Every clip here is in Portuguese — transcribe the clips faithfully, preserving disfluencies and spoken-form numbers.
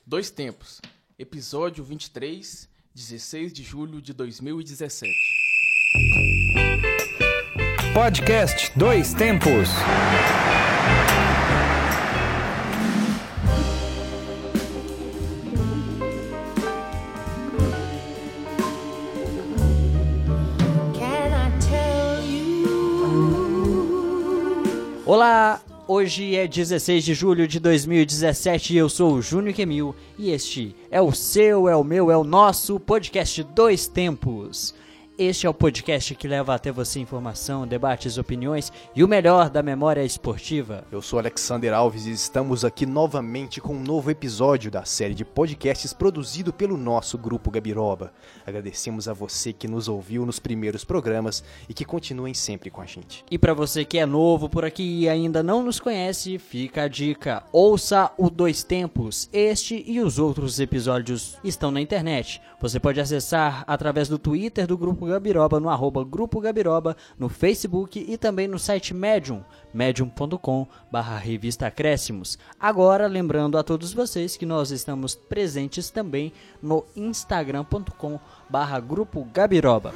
Dois Tempos, episódio vinte e três, dezesseis de julho de dois mil e dezessete. Podcast Dois Tempos. Olá, hoje é dezesseis de julho de dois mil e dezessete e eu sou o Júnior Kemil e este é o seu, é o meu, é o nosso podcast Dois Tempos. Este é o podcast que leva até você informação, debates, opiniões e o melhor da memória esportiva. Eu sou Alexander Alves e estamos aqui novamente com um novo episódio da série de podcasts produzido pelo nosso Grupo Gabiroba. Agradecemos a você que nos ouviu nos primeiros programas e que continuem sempre com a gente. E para você que é novo por aqui e ainda não nos conhece, fica a dica, ouça o Dois Tempos. Este e os outros episódios estão na internet. Você pode acessar através do Twitter do Grupo Gabiroba, no arroba Grupo Gabiroba, no Facebook e também no site Medium, medium ponto com barra revista Acréscimos. Agora, lembrando a todos vocês que nós estamos presentes também no instagram ponto com barra Grupo Gabiroba.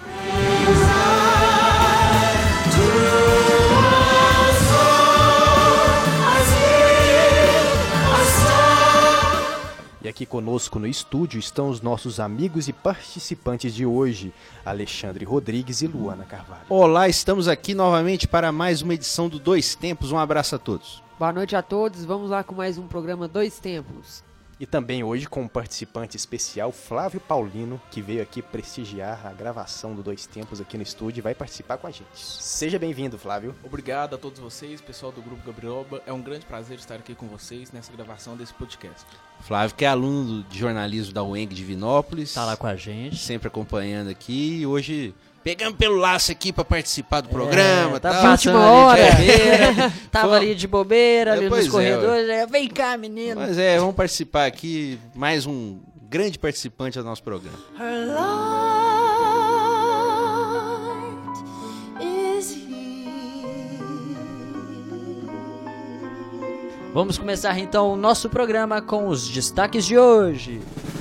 E aqui conosco no estúdio estão os nossos amigos e participantes de hoje, Alexandre Rodrigues e Luana Carvalho. Olá, estamos aqui novamente para mais uma edição do Dois Tempos. Um abraço a todos. Boa noite a todos, vamos lá com mais um programa Dois Tempos. E também hoje com um participante especial, Flávio Paulino, que veio aqui prestigiar a gravação do Dois Tempos aqui no estúdio e vai participar com a gente. Seja bem-vindo, Flávio. Obrigado a todos vocês, pessoal do Grupo Gabiroba. É um grande prazer estar aqui com vocês nessa gravação desse podcast. Flávio, que é aluno de jornalismo da U E N G de Divinópolis. Tá lá com a gente. Sempre acompanhando aqui e hoje pegamos pelo laço aqui para participar do programa. É, tá tal. passando ali de bobeira, tava ali de bobeira, ali É, nos pois é, corredores, é, vem cá, menino. Mas é, vamos participar aqui, mais um grande participante do nosso programa. Her light is here. Vamos começar então o nosso programa com os destaques de hoje.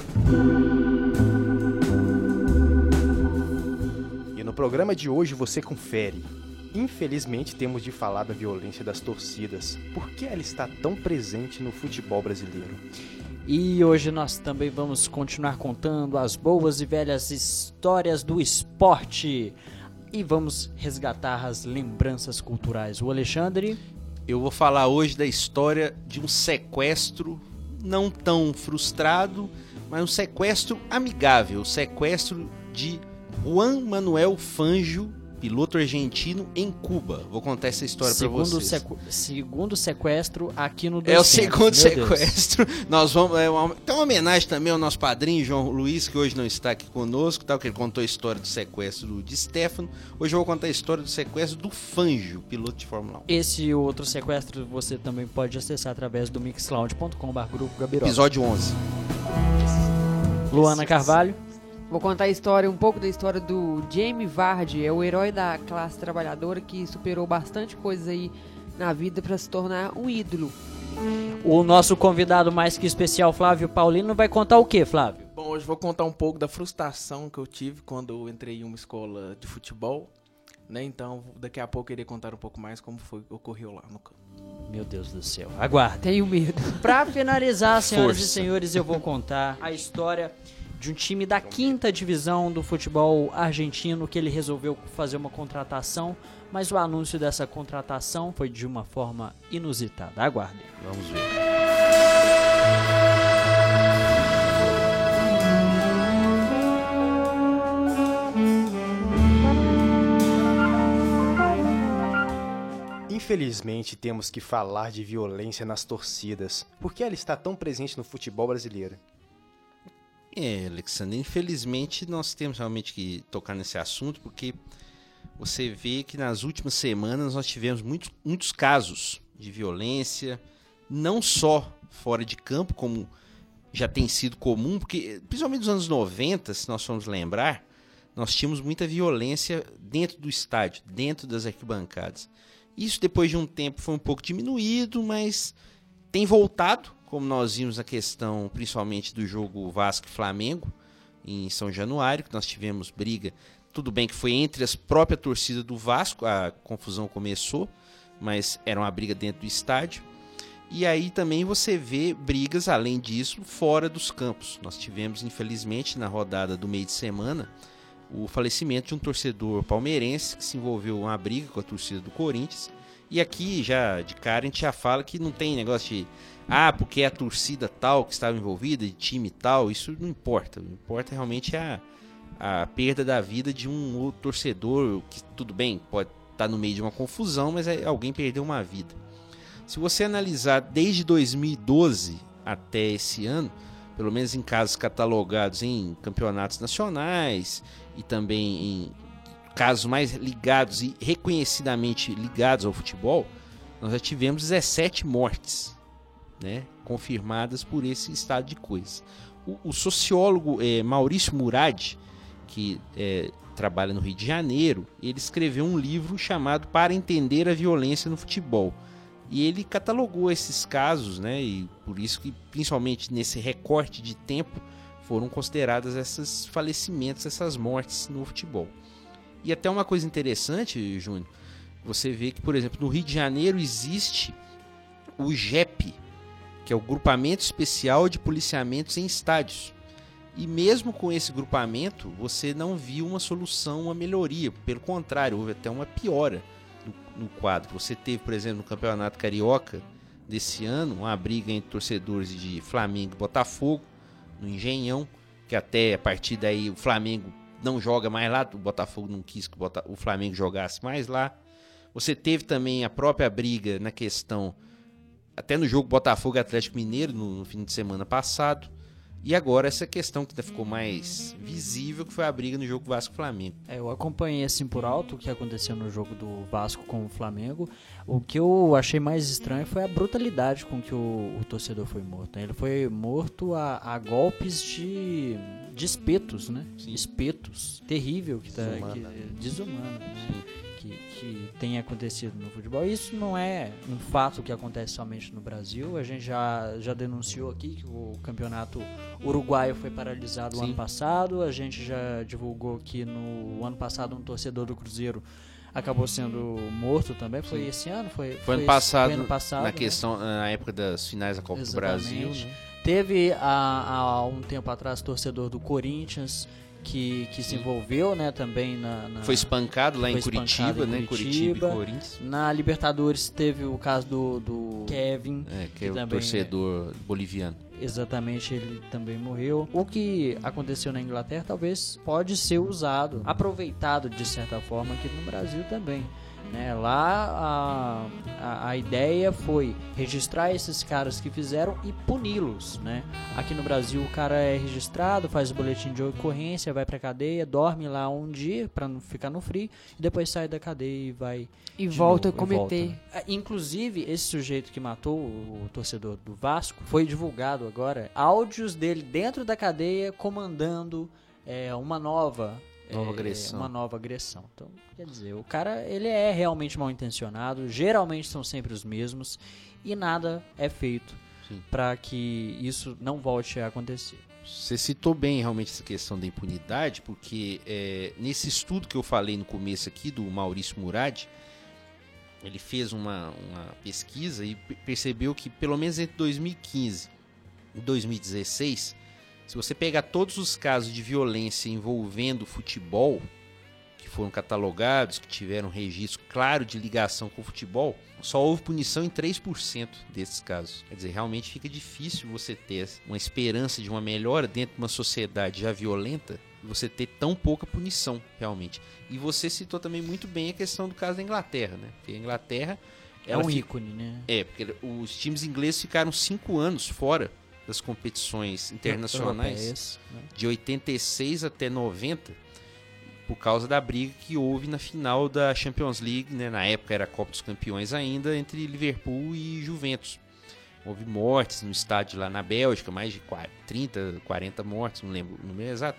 No programa de hoje você confere. Infelizmente temos de falar da violência das torcidas. Por que ela está tão presente no futebol brasileiro? E hoje nós também vamos continuar contando as boas e velhas histórias do esporte. E vamos resgatar as lembranças culturais. O Alexandre? Eu vou falar hoje da história de um sequestro não tão frustrado, mas um sequestro amigável. O sequestro de Juan Manuel Fangio, piloto argentino, em Cuba. Vou contar essa história para vocês. Sequ... Segundo sequestro aqui no Dois É o Tempos. segundo Meu sequestro. Deus. Nós vamos. É uma, tem uma homenagem também ao nosso padrinho, João Luiz, que hoje não está aqui conosco, tal, que ele contou a história do sequestro de Stefano. Hoje eu vou contar a história do sequestro do Fangio, piloto de Fórmula um. Esse e outro sequestro você também pode acessar através do mixcloud ponto com barra Grupo Gabiroba. Episódio onze. Luana Carvalho. Vou contar a história, um pouco da história do Jamie Vardy, é o herói da classe trabalhadora que superou bastante coisa aí na vida para se tornar um ídolo. O nosso convidado mais que especial, Flávio Paulino, vai contar o que, Flávio? Bom, hoje vou contar um pouco da frustração que eu tive quando eu entrei em uma escola de futebol, né? Então, daqui a pouco eu irei contar um pouco mais como foi que ocorreu lá no campo. Meu Deus do céu, aguardem. Tenho medo. Pra finalizar, senhoras Força. e senhores, eu vou contar a história de um time da quinta divisão do futebol argentino que ele resolveu fazer uma contratação, mas o anúncio dessa contratação foi de uma forma inusitada. Aguardem. Vamos ver. Infelizmente temos que falar de violência nas torcidas. Por que ela está tão presente no futebol brasileiro? É, Alexandre, infelizmente nós temos realmente que tocar nesse assunto, porque você vê que nas últimas semanas nós tivemos muitos, muitos casos de violência, não só fora de campo, como já tem sido comum, porque principalmente nos anos noventa, se nós formos lembrar, nós tínhamos muita violência dentro do estádio, dentro das arquibancadas. Isso depois de um tempo foi um pouco diminuído, mas tem voltado, como nós vimos na questão principalmente do jogo Vasco e Flamengo em São Januário, que nós tivemos briga, tudo bem que foi entre as próprias torcidas do Vasco, a confusão começou, mas era uma briga dentro do estádio. E aí também você vê brigas, além disso, fora dos campos. Nós tivemos, infelizmente, na rodada do meio de semana, o falecimento de um torcedor palmeirense que se envolveu em uma briga com a torcida do Corinthians. E aqui, já de cara, a gente já fala que não tem negócio de ah, porque é a torcida tal que estava envolvida, de time tal, isso não importa. O que importa realmente é a, a perda da vida de um outro torcedor, que tudo bem, pode estar no meio de uma confusão, mas é, alguém perdeu uma vida. Se você analisar desde dois mil e doze até esse ano, pelo menos em casos catalogados em campeonatos nacionais e também em casos mais ligados e reconhecidamente ligados ao futebol, nós já tivemos dezessete mortes, né, confirmadas por esse estado de coisas. O, o sociólogo é, Maurício Murad, que é, trabalha no Rio de Janeiro, ele escreveu um livro chamado Para Entender a Violência no Futebol. E ele catalogou esses casos, né, e por isso que, principalmente nesse recorte de tempo, foram consideradas esses falecimentos, essas mortes no futebol. E até uma coisa interessante, Júnior, você vê que, por exemplo, no Rio de Janeiro existe o G E P, que é o Grupamento Especial de Policiamentos em Estádios. E mesmo com esse grupamento, você não viu uma solução, uma melhoria. Pelo contrário, houve até uma piora no, no quadro. Você teve, por exemplo, no Campeonato Carioca desse ano, uma briga entre torcedores de Flamengo e Botafogo, no Engenhão, que até a partir daí o Flamengo não joga mais lá, o Botafogo não quis que o Flamengo jogasse mais lá. Você teve também a própria briga na questão, até no jogo Botafogo e Atlético Mineiro, no, no fim de semana passado. E agora essa questão que ficou mais visível, que foi a briga no jogo Vasco-Flamengo. É, eu acompanhei assim por alto o que aconteceu no jogo do Vasco com o Flamengo. O que eu achei mais estranho foi a brutalidade com que o, o torcedor foi morto. Ele foi morto a, a golpes de, de espetos, né? Sim. Espetos. Terrível. Que tá, Desumano. que, desumano, né? Que, que tem acontecido no futebol. Isso não é um fato que acontece somente no Brasil. A gente já, já denunciou aqui que o campeonato uruguaio foi paralisado no Sim. ano passado. A gente já divulgou que no ano passado um torcedor do Cruzeiro acabou sendo morto também. Foi Sim. esse ano? Foi, Foi, foi ano, esse, passado, foi ano passado, na né? questão, na época das finais da Copa Exatamente. do Brasil. Né? Teve há, há um tempo atrás torcedor do Corinthians que, que se envolveu, né, também na, na Foi espancado lá foi em Curitiba, espancado em né? Curitiba. Curitiba e Corinthians. Na Libertadores teve o caso do, do Kevin, É, que é o também, torcedor boliviano. exatamente, ele também morreu. O que aconteceu na Inglaterra talvez pode ser usado, aproveitado de certa forma aqui no Brasil também. Né? Lá a, a, a ideia foi registrar esses caras que fizeram e puni-los, né? Aqui no Brasil o cara é registrado, faz o boletim de ocorrência, vai pra cadeia, dorme lá um dia pra não ficar no frio e depois sai da cadeia e vai E de volta novo, a cometer. volta. Ah, inclusive, esse sujeito que matou o, o torcedor do Vasco, foi divulgado agora áudios dele dentro da cadeia comandando é, uma nova... Nova é, agressão. Uma nova agressão. Então, quer dizer, o cara, ele é realmente mal intencionado, geralmente são sempre os mesmos, e nada é feito Sim. para que isso não volte a acontecer. Você citou bem realmente essa questão da impunidade, porque é, nesse estudo que eu falei no começo aqui, do Maurício Murad, ele fez uma, uma pesquisa e percebeu que pelo menos entre dois mil e quinze e dois mil e dezesseis, se você pegar todos os casos de violência envolvendo futebol, que foram catalogados, que tiveram registro claro de ligação com o futebol, só houve punição em três por cento desses casos. Quer dizer, realmente fica difícil você ter uma esperança de uma melhora dentro de uma sociedade já violenta, e você ter tão pouca punição, realmente. E você citou também muito bem a questão do caso da Inglaterra, né? Porque a Inglaterra... É ela um fi- ícone, né? É, porque os times ingleses ficaram cinco anos fora das competições internacionais, Europeias, né? de oitenta e seis até noventa, por causa da briga que houve na final da Champions League, né? Na época era a Copa dos Campeões ainda, entre Liverpool e Juventus. Houve mortes no estádio lá na Bélgica, mais de trinta, quarenta mortes, não lembro o número exato,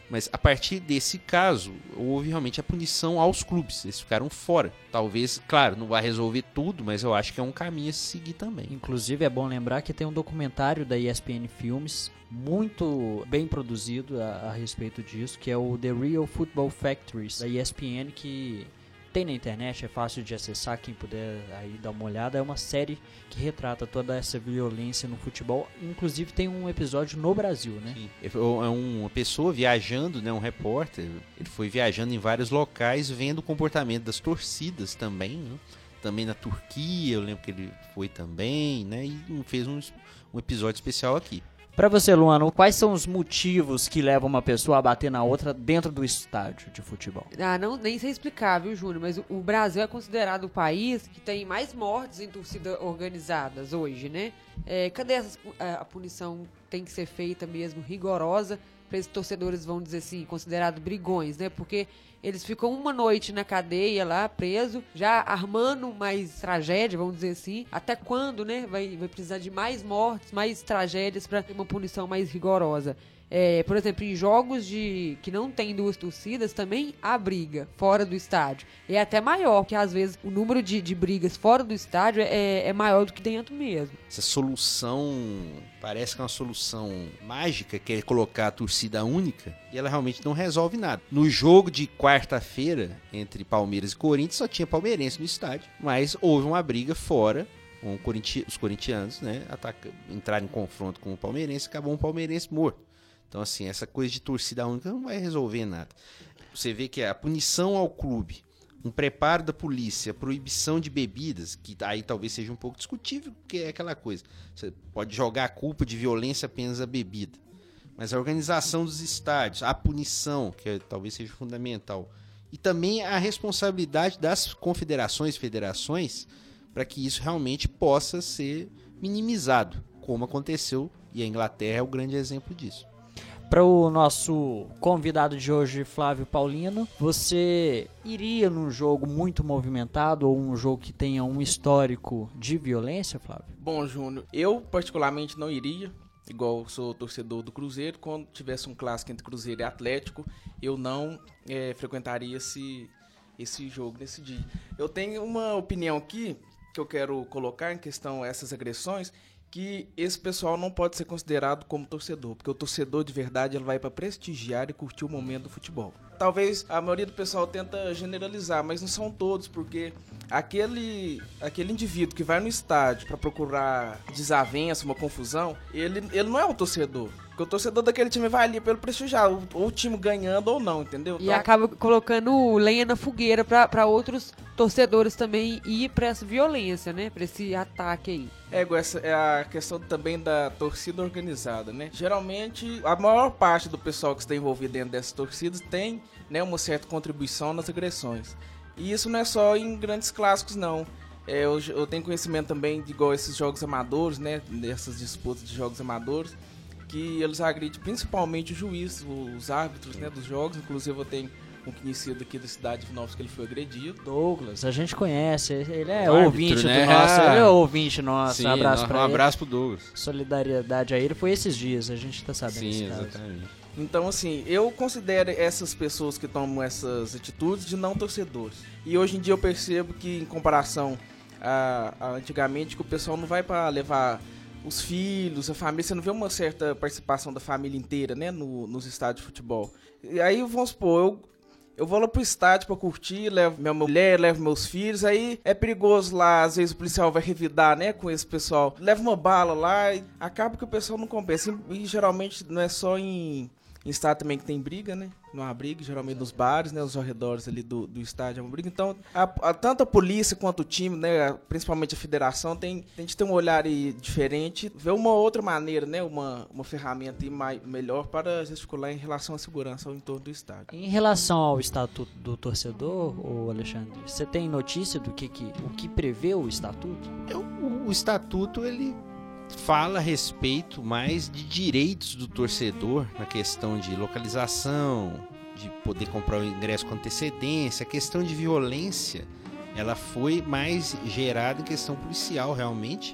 Mas a partir desse caso, houve realmente a punição aos clubes. Eles ficaram fora. Talvez, claro, não vai resolver tudo, mas eu acho que é um caminho a se seguir também. Inclusive é bom lembrar que tem um documentário da E S P N Filmes muito bem produzido a, a respeito disso, que é o The Real Football Factories da E S P N, que tem na internet, é fácil de acessar, quem puder aí dar uma olhada. É uma série que retrata toda essa violência no futebol, inclusive tem um episódio no Brasil, né? Sim. É uma pessoa viajando, né, um repórter, ele foi viajando em vários locais, vendo o comportamento das torcidas também, né? Também na Turquia, eu lembro que ele foi também, né, e fez um, um episódio especial aqui. Pra você, Luana, quais são os motivos que levam uma pessoa a bater na outra dentro do estádio de futebol? Ah, não, nem sei explicar, viu, Júnior? Mas o, o Brasil é considerado o país que tem mais mortes em torcidas organizadas hoje, né? É, cadê essas, a, a punição tem que ser feita mesmo, rigorosa, para esses torcedores, vão dizer assim, considerados brigões, né? Porque eles ficam uma noite na cadeia lá, preso, já armando mais tragédia, vamos dizer assim. Até quando, né? Vai, vai precisar de mais mortes, mais tragédias para ter uma punição mais rigorosa. É, por exemplo, em jogos de que não tem duas torcidas, também há briga fora do estádio. E é até maior, porque às vezes o número de, de brigas fora do estádio é, é maior do que dentro mesmo. Essa solução parece que é uma solução mágica, que é colocar a torcida única, e ela realmente não resolve nada. No jogo de quarta-feira, entre Palmeiras e Corinthians, só tinha palmeirense no estádio, mas houve uma briga fora. Um corinti- os corintianos, né, ataca- entraram em confronto com o palmeirense, acabou um palmeirense morto. Então, assim, essa coisa de torcida única não vai resolver nada. Você vê que a punição ao clube, um preparo da polícia, proibição de bebidas, que aí talvez seja um pouco discutível, porque é aquela coisa. Você pode jogar a culpa de violência apenas à bebida. Mas a organização dos estádios, a punição, que é, talvez seja fundamental. E também a responsabilidade das confederações e federações para que isso realmente possa ser minimizado, como aconteceu, e a Inglaterra é o grande exemplo disso. Para o nosso convidado de hoje, Flávio Paulino, você iria num jogo muito movimentado ou um jogo que tenha um histórico de violência, Flávio? Bom, Júnior, eu particularmente não iria, igual sou torcedor do Cruzeiro. Quando tivesse um clássico entre Cruzeiro e Atlético, eu não é, frequentaria esse, esse jogo nesse dia. Eu tenho uma opinião aqui que eu quero colocar em questão a essas agressões, que esse pessoal não pode ser considerado como torcedor, porque o torcedor de verdade ele vai para prestigiar e curtir o momento do futebol. Talvez a maioria do pessoal tenta generalizar, mas não são todos, porque aquele, aquele indivíduo que vai no estádio para procurar desavença, uma confusão, ele, ele não é o torcedor. Porque o torcedor daquele time vai ali pelo prestigiar, ou o time ganhando ou não, entendeu? E Então, acaba colocando lenha na fogueira para outros torcedores também ir para essa violência, né? Para esse ataque aí. É, igual essa é a questão também da torcida organizada, né? Geralmente, a maior parte do pessoal que está envolvido dentro dessas torcidas tem, né, uma certa contribuição nas agressões. E isso não é só em grandes clássicos, não. É, eu, eu tenho conhecimento também de igual esses jogos amadores, né? Dessas disputas de jogos amadores, que eles agridem principalmente o juiz, os árbitros, né, dos jogos. Inclusive eu tenho um conhecido aqui da cidade de Novos que ele foi agredido. Douglas, a gente conhece, ele é O árbitro, ouvinte né? do nosso, Ah. ele é ouvinte nosso, Sim, um abraço um pra ele. abraço pro Douglas. Solidariedade a ele, foi esses dias, a gente tá sabendo Sim, desse caso. exatamente. Então, assim, eu considero essas pessoas que tomam essas atitudes de não torcedores. E hoje em dia eu percebo que, em comparação a, a antigamente, que o pessoal não vai para levar os filhos, a família, você não vê uma certa participação da família inteira, né, no, nos estádios de futebol. E aí, vamos supor, eu, eu vou lá pro estádio pra curtir, levo minha mulher, levo meus filhos, aí é perigoso lá, às vezes o policial vai revidar, né, com esse pessoal. Leva uma bala lá e acaba que o pessoal não compensa. E, e geralmente não é só em... Em estádio também que tem briga, né? Não há briga, geralmente nos bares, né? Os arredores ali do, do estádio é uma briga. Então, a, a, tanto a polícia quanto o time, né? Principalmente a federação, tem, tem de ter um olhar aí diferente, ver uma outra maneira, né? Uma, uma ferramenta aí mais, melhor para gesticular em relação à segurança ao entorno do estádio. Em relação ao estatuto do torcedor, ô Alexandre, você tem notícia do que, que, o que prevê o estatuto? Eu, o, o estatuto, ele fala a respeito mais de direitos do torcedor na questão de localização, de poder comprar o ingresso com antecedência. A questão de violência, ela foi mais gerada em questão policial realmente,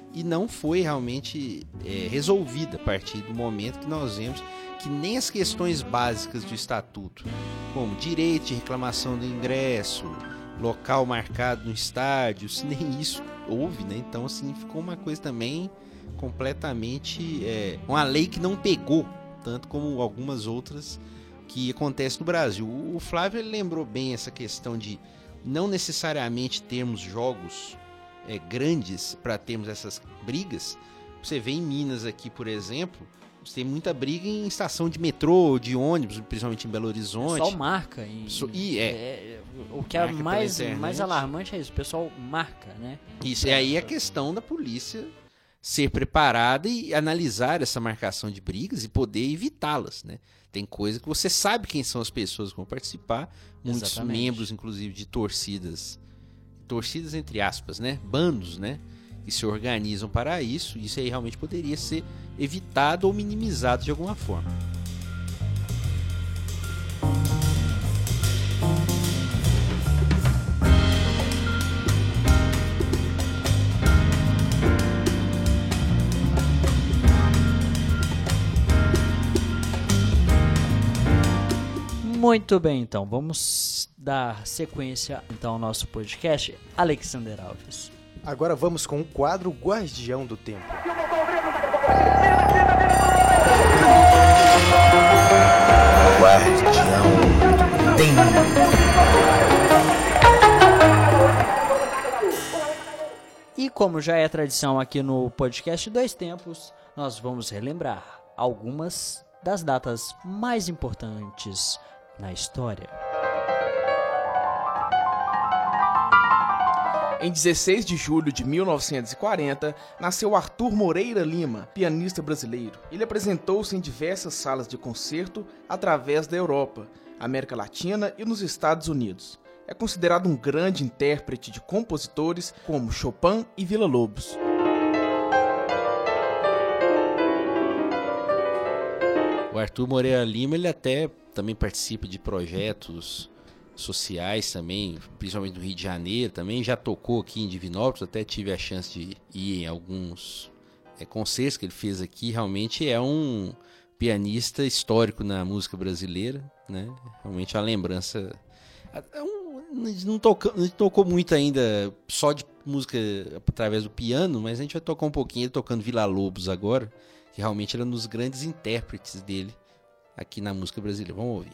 e não foi realmente é, resolvida a partir do momento que nós vemos que nem as questões básicas do estatuto, como direito de reclamação do ingresso, local marcado no estádio, se nem isso houve, né? Então, assim, ficou uma coisa também completamente... É, uma lei que não pegou, tanto como algumas outras que acontecem no Brasil. O Flávio ele lembrou bem essa questão de não necessariamente termos jogos é, grandes para termos essas brigas. Você vê em Minas aqui, por exemplo, você tem muita briga em estação de metrô, de ônibus, principalmente em Belo Horizonte. O pessoal marca. Em, so, e é, é, o que é mais, mais alarmante é isso, o pessoal marca, né? Isso, e aí a questão da polícia ser preparada e analisar essa marcação de brigas e poder evitá-las, né? Tem coisa que você sabe quem são as pessoas que vão participar, muitos Exatamente. membros, inclusive, de torcidas, torcidas entre aspas, né? Bandos, né? Que se organizam para isso, isso aí realmente poderia ser evitado ou minimizado de alguma forma. Muito bem, então, vamos dar sequência então ao nosso podcast. Alexander Alves. Agora vamos com o quadro Guardião do Tempo. Guardião do Tempo. E como já é tradição aqui no podcast Dois Tempos, nós vamos relembrar algumas das datas mais importantes na história. Em dezesseis de julho de mil novecentos e quarenta, nasceu Arthur Moreira Lima, pianista brasileiro. Ele apresentou-se em diversas salas de concerto através da Europa, América Latina e nos Estados Unidos. É considerado um grande intérprete de compositores como Chopin e Villa-Lobos. O Arthur Moreira Lima, ele até também participa de projetos sociais também, principalmente no Rio de Janeiro também, já tocou aqui em Divinópolis, até tive a chance de ir em alguns é, concertos que ele fez aqui. Realmente é um pianista histórico na música brasileira, né? Realmente a lembrança... É um, não, tocou, não tocou muito ainda só de música através do piano, mas a gente vai tocar um pouquinho ele tocando Villa-Lobos agora, que realmente era um dos grandes intérpretes dele aqui na música brasileira. Vamos ouvir.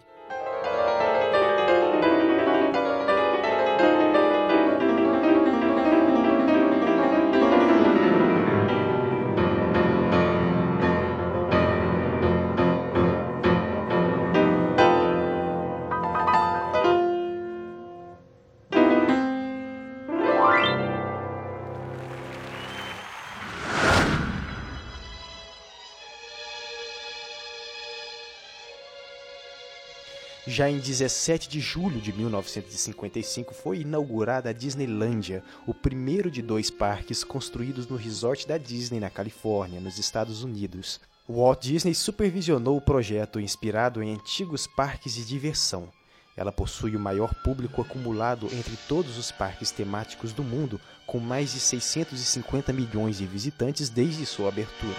Já em dezessete de julho de mil novecentos e cinquenta e cinco foi inaugurada a Disneylândia, o primeiro de dois parques construídos no resort da Disney na Califórnia, nos Estados Unidos. O Walt Disney supervisionou o projeto inspirado em antigos parques de diversão. Ela possui o maior público acumulado entre todos os parques temáticos do mundo, com mais de seiscentos e cinquenta milhões de visitantes desde sua abertura.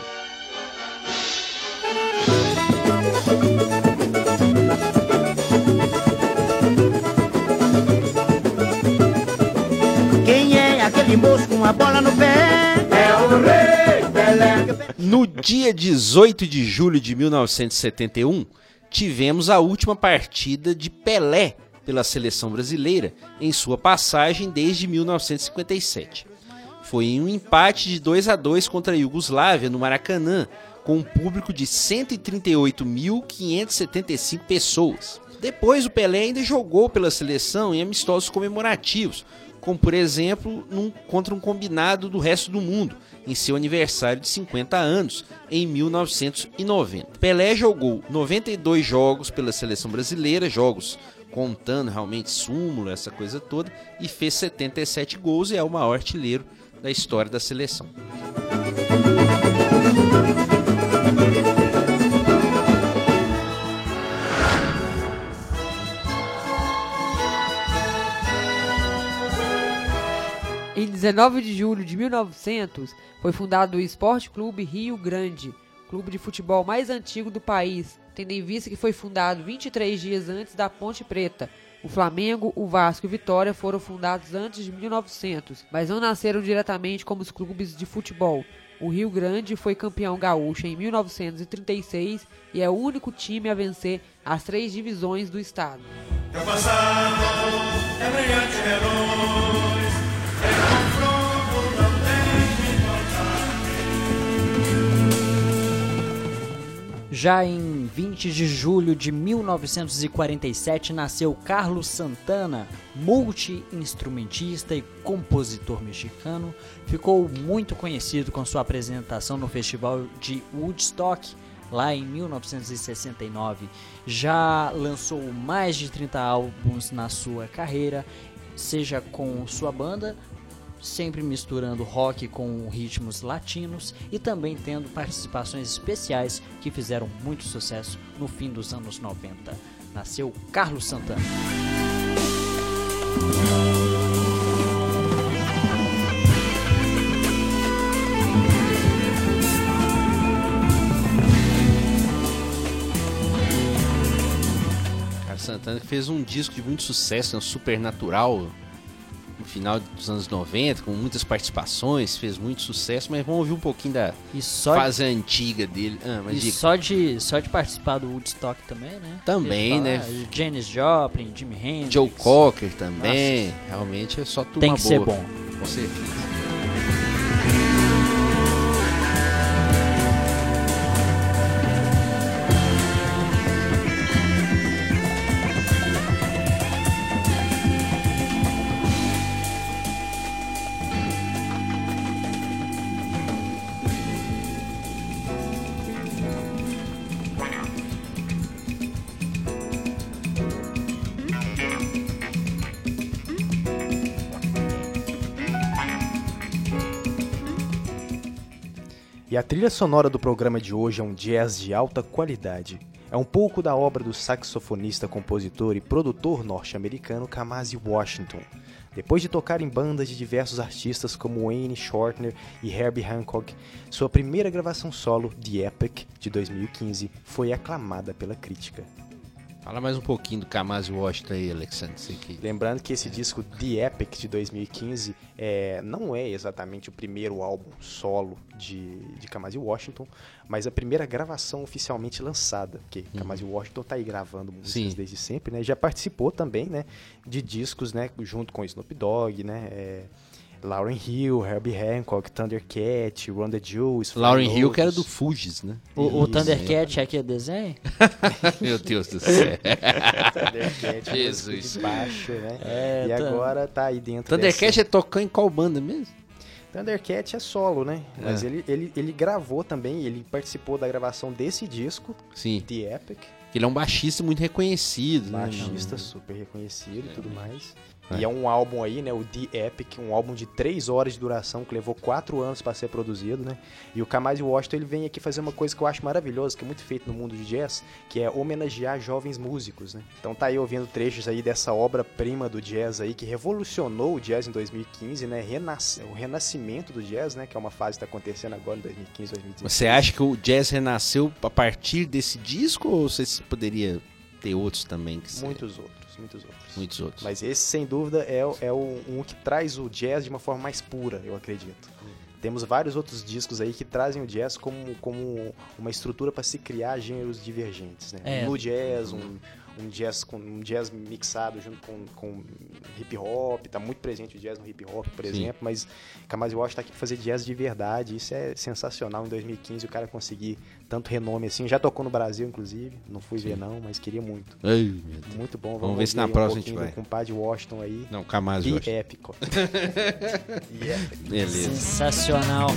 Quem é aquele moço com a bola no pé? É o Rei Pelé. No dia dezoito de julho de mil novecentos e setenta e um, tivemos a última partida de Pelé pela seleção brasileira em sua passagem desde mil novecentos e cinquenta e sete. Foi em um empate de dois a dois contra a Iugoslávia no Maracanã, com um público de cento e trinta e oito mil quinhentos e setenta e cinco pessoas. Depois o Pelé ainda jogou pela seleção em amistosos comemorativos, como por exemplo num, contra um combinado do resto do mundo, em seu aniversário de cinquenta anos, em mil novecentos e noventa. Pelé jogou noventa e dois jogos pela seleção brasileira, jogos contando realmente súmula, essa coisa toda, e fez setenta e sete gols e é o maior artilheiro da história da seleção. Em dezenove de julho de mil e novecentos, foi fundado o Esporte Clube Rio Grande, clube de futebol mais antigo do país, tendo em vista que foi fundado vinte e três dias antes da Ponte Preta. O Flamengo, o Vasco e o Vitória foram fundados antes de mil e novecentos, mas não nasceram diretamente como os clubes de futebol. O Rio Grande foi campeão gaúcho em mil novecentos e trinta e seis e é o único time a vencer as três divisões do estado. Teu passado é brilhante reluz, é confronto, não tem que importar. Já em vinte de julho de mil novecentos e quarenta e sete nasceu Carlos Santana, multi-instrumentista e compositor mexicano. Ficou muito conhecido com sua apresentação no Festival de Woodstock, lá em mil novecentos e sessenta e nove. Já lançou mais de trinta álbuns na sua carreira, seja com sua banda, sempre misturando rock com ritmos latinos e também tendo participações especiais que fizeram muito sucesso no fim dos anos noventa. Nasceu Carlos Santana. Carlos Santana fez um disco de muito sucesso, um Supernatural, no final dos anos noventa, com muitas participações, fez muito sucesso, mas vamos ouvir um pouquinho da E só, fase antiga dele. Ah, mas e diga. só, de, só de participar do Woodstock também, né? Também, Ele né? fala, Janis Joplin, Jimi Hendrix. Joe Cocker também, realmente é só turma Tem que boa. ser bom. Com certeza. E a trilha sonora do programa de hoje é um jazz de alta qualidade. É um pouco da obra do saxofonista, compositor e produtor norte-americano Kamasi Washington. Depois de tocar em bandas de diversos artistas como Wayne Shorter e Herbie Hancock, sua primeira gravação solo, The Epic, de dois mil e quinze, foi aclamada pela crítica. Fala mais um pouquinho do Kamasi Washington aí, Alexandre. Você que... Lembrando que esse disco The Epic de dois mil e quinze é, não é exatamente o primeiro álbum solo de, de Kamasi Washington, mas a primeira gravação oficialmente lançada, porque hum. Kamasi Washington tá aí gravando músicas Sim. desde sempre, né? Já participou também, né, de discos, né, junto com Snoop Dogg, né, é, Lauryn Hill, Herbie Hancock, Thundercat, Run the Jewels. Lauryn Hill que era do Fugees, né? O, o Thundercat é aquele desenho? Meu Deus do céu. Thundercat, Jesus. De baixo, né? É, e agora tá aí dentro Thundercat dessa... é tocando em qual banda mesmo? Thundercat é solo, né? É. Mas ele, ele, ele gravou também, ele participou da gravação desse disco, Sim. The Epic. Ele é um baixista muito reconhecido. Baixista né? super reconhecido e É. tudo mais. É. E é um álbum aí, né, o The Epic, um álbum de três horas de duração, que levou quatro anos para ser produzido, né? E o Kamasi Washington, ele vem aqui fazer uma coisa que eu acho maravilhosa, que é muito feito no mundo de jazz, que é homenagear jovens músicos, né? Então tá aí ouvindo trechos aí dessa obra-prima do jazz aí, que revolucionou o jazz em dois mil e quinze, né? Renasce, o renascimento do jazz, né? Que é uma fase que tá acontecendo agora em dois mil e quinze, dois mil e dezesseis. Você acha que o jazz renasceu a partir desse disco ou você poderia ter outros também? Que Muitos outros. Muitos outros. Muitos outros. Mas esse, sem dúvida, é, é o, um que traz o jazz de uma forma mais pura, eu acredito. Hum. Temos vários outros discos aí que trazem o jazz como, como uma estrutura para se criar gêneros divergentes, né? É. No jazz, um, um, jazz com, um jazz mixado junto com, com hip hop, tá muito presente o jazz no hip hop, por Sim. exemplo, mas Kamasi Washington tá aqui pra fazer jazz de verdade, isso é sensacional. Em dois mil e quinze o cara conseguir tanto renome assim, já tocou no Brasil, inclusive, não fui Sim. ver não, mas queria muito. Ai, meu Deus. Muito bom, vamos, Vamos ver se ouvir na um próxima a gente pouquinho vai. do compadre Washington aí. Não, Kamasi E Washington. épico. E épico. Beleza. Sensacional.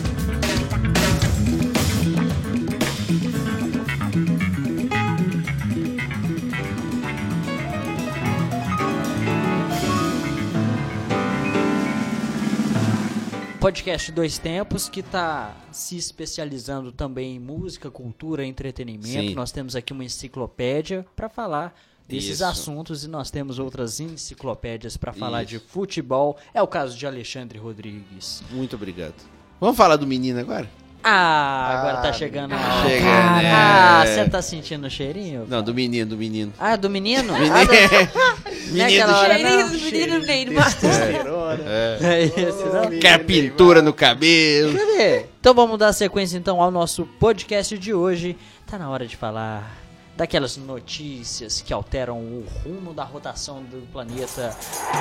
O podcast Dois Tempos, que está se especializando também em música, cultura, entretenimento. Sim. Nós temos aqui uma enciclopédia para falar desses Isso. assuntos e nós temos outras enciclopédias para falar Isso. de futebol. É o caso de Alexandre Rodrigues. Muito obrigado. Vamos falar do menino agora? Ah, agora Ah, tá chegando a... Chega, né? Ah, você tá sentindo o cheirinho? Não, do menino, do menino. Ah, do menino? Menino. Ah, do... Não é aquela hora, Cheirinho não. do menino Neymar. É esse, não? Quer pintura no cabelo. Cadê? Então vamos dar sequência então ao nosso podcast de hoje. Tá na hora de falar daquelas notícias que alteram o rumo da rotação do planeta.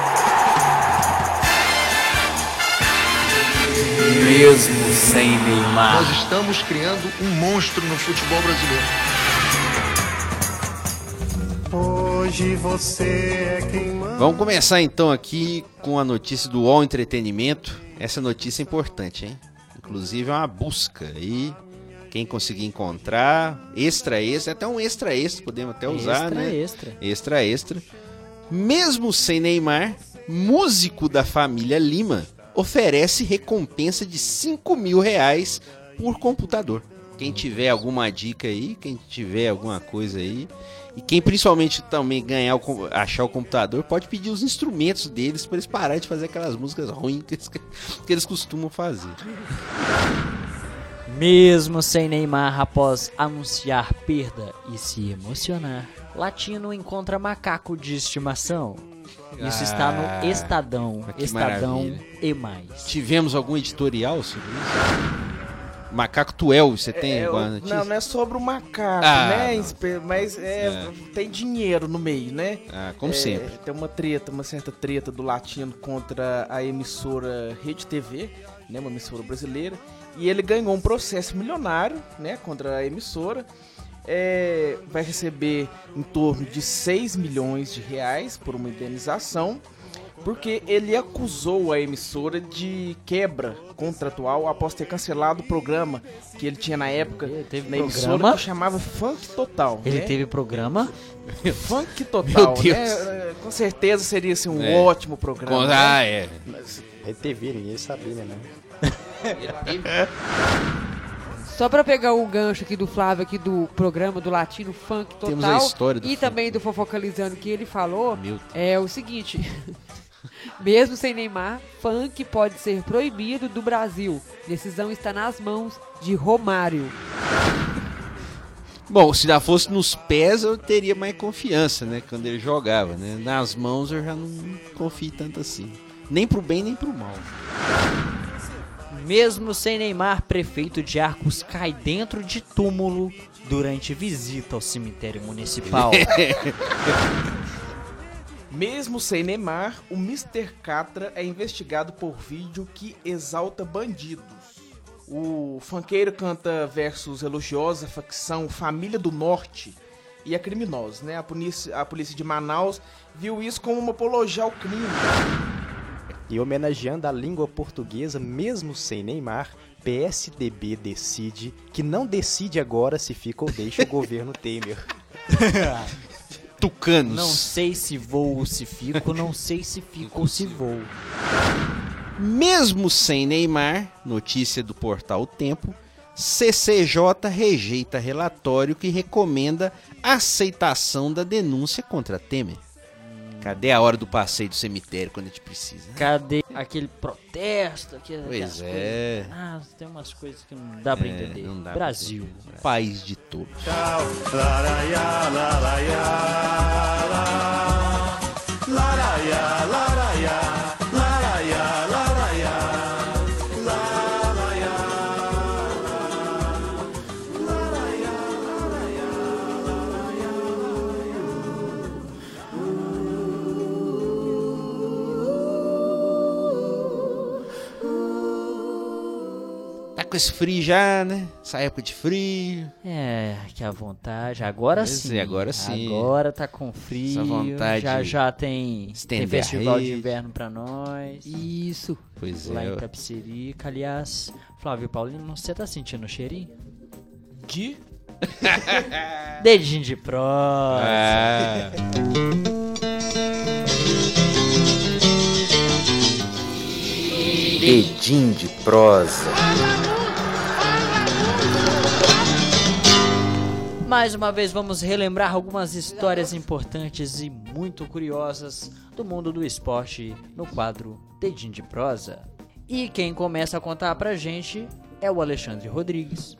Mesmo sem Neymar. Nós estamos criando um monstro no futebol brasileiro. Hoje você é quem manda. Vamos começar então aqui com a notícia do U O L Entretenimento. Essa notícia é importante, hein? Inclusive é uma busca aí. Quem conseguir encontrar, extra extra, até um extra extra, podemos até usar, Extra, né? extra. Extra extra. Mesmo sem Neymar, músico da família Lima oferece recompensa de cinco mil reais por computador. Quem tiver alguma dica aí, quem tiver alguma coisa aí, e quem principalmente também ganhar o, com- achar o computador, pode pedir os instrumentos deles para eles pararem de fazer aquelas músicas ruins que eles, que eles costumam fazer. Mesmo sem Neymar, após anunciar perda e se emocionar, Latino encontra macaco de estimação. Isso está Ah, no Estadão, que Estadão maravilha. e mais. Tivemos algum editorial sobre isso? Macaco Tuel, você tem É, alguma eu- notícia? não, não é sobre o macaco, Ah, né? não. Espe- Mas é, tem dinheiro no meio, né? Ah, como É, sempre. Tem uma treta, uma certa treta do Latino contra a emissora Rede T V, né? Uma emissora brasileira. E ele ganhou um processo milionário, né? Contra a emissora. É, vai receber em torno de seis milhões de reais por uma indenização, porque ele acusou a emissora de quebra contratual após ter cancelado o programa que ele tinha na época Ele teve na emissora programa? que chamava Funk Total. Ele né? teve programa? Funk Total, Meu Deus. né? Com certeza seria assim, um É. ótimo programa. Com- né? Ah, é. É T V, ninguém sabia, né? Só pra pegar o gancho aqui do Flávio, aqui do programa do Latino Funk Total. Temos a história do E funk. também do Fofocalizando que ele falou, Meu Deus. é o seguinte. Mesmo sem Neymar, funk pode ser proibido do Brasil. Decisão está nas mãos de Romário. Bom, se já fosse nos pés, eu teria mais confiança, né? Quando ele jogava, né? Nas mãos eu já não confio tanto assim. Nem pro bem, nem pro mal. Mesmo sem Neymar, prefeito de Arcos cai dentro de túmulo durante visita ao cemitério municipal. Mesmo sem Neymar, o mister Catra é investigado por vídeo que exalta bandidos. O funkeiro canta versos elogiosos à facção Família do Norte e a criminosos, né? A polícia, a polícia de Manaus viu isso como uma apologia ao crime. E homenageando a língua portuguesa, mesmo sem Neymar, P S D B decide que não decide agora se fica ou deixa o governo Temer. Tucanos. Não sei se vou ou se fico, não sei se fico ou se vou. Mesmo sem Neymar, notícia do portal O Tempo, C C J rejeita relatório que recomenda a aceitação da denúncia contra Temer. Cadê a hora do passeio do cemitério quando a gente precisa? Cadê aquele protesto? Aquele, Pois aquelas é. coisas? Ah, tem umas coisas que não dá pra É, entender. não dá pra Brasil. entender. País de todos. Laraiá, laraiá, lará. Laraiá, laraiá, laraiá, laraiá. Tá com esse frio já, né? Essa época de frio. É, que à vontade. Agora Pois sim. é, agora sim. Agora tá com frio. Essa vontade já de já tem, tem estender a festival de rede. inverno pra nós. Isso. Pois Lá é. em Tapicerica. Aliás, Flávio Paulino, você tá sentindo o cheirinho? De Dedinho de prosa. Ah, Dedinho de prosa. Mais uma vez vamos relembrar algumas histórias importantes e muito curiosas do mundo do esporte no quadro Dedinho de Prosa. E quem começa a contar pra gente é o Alexandre Rodrigues.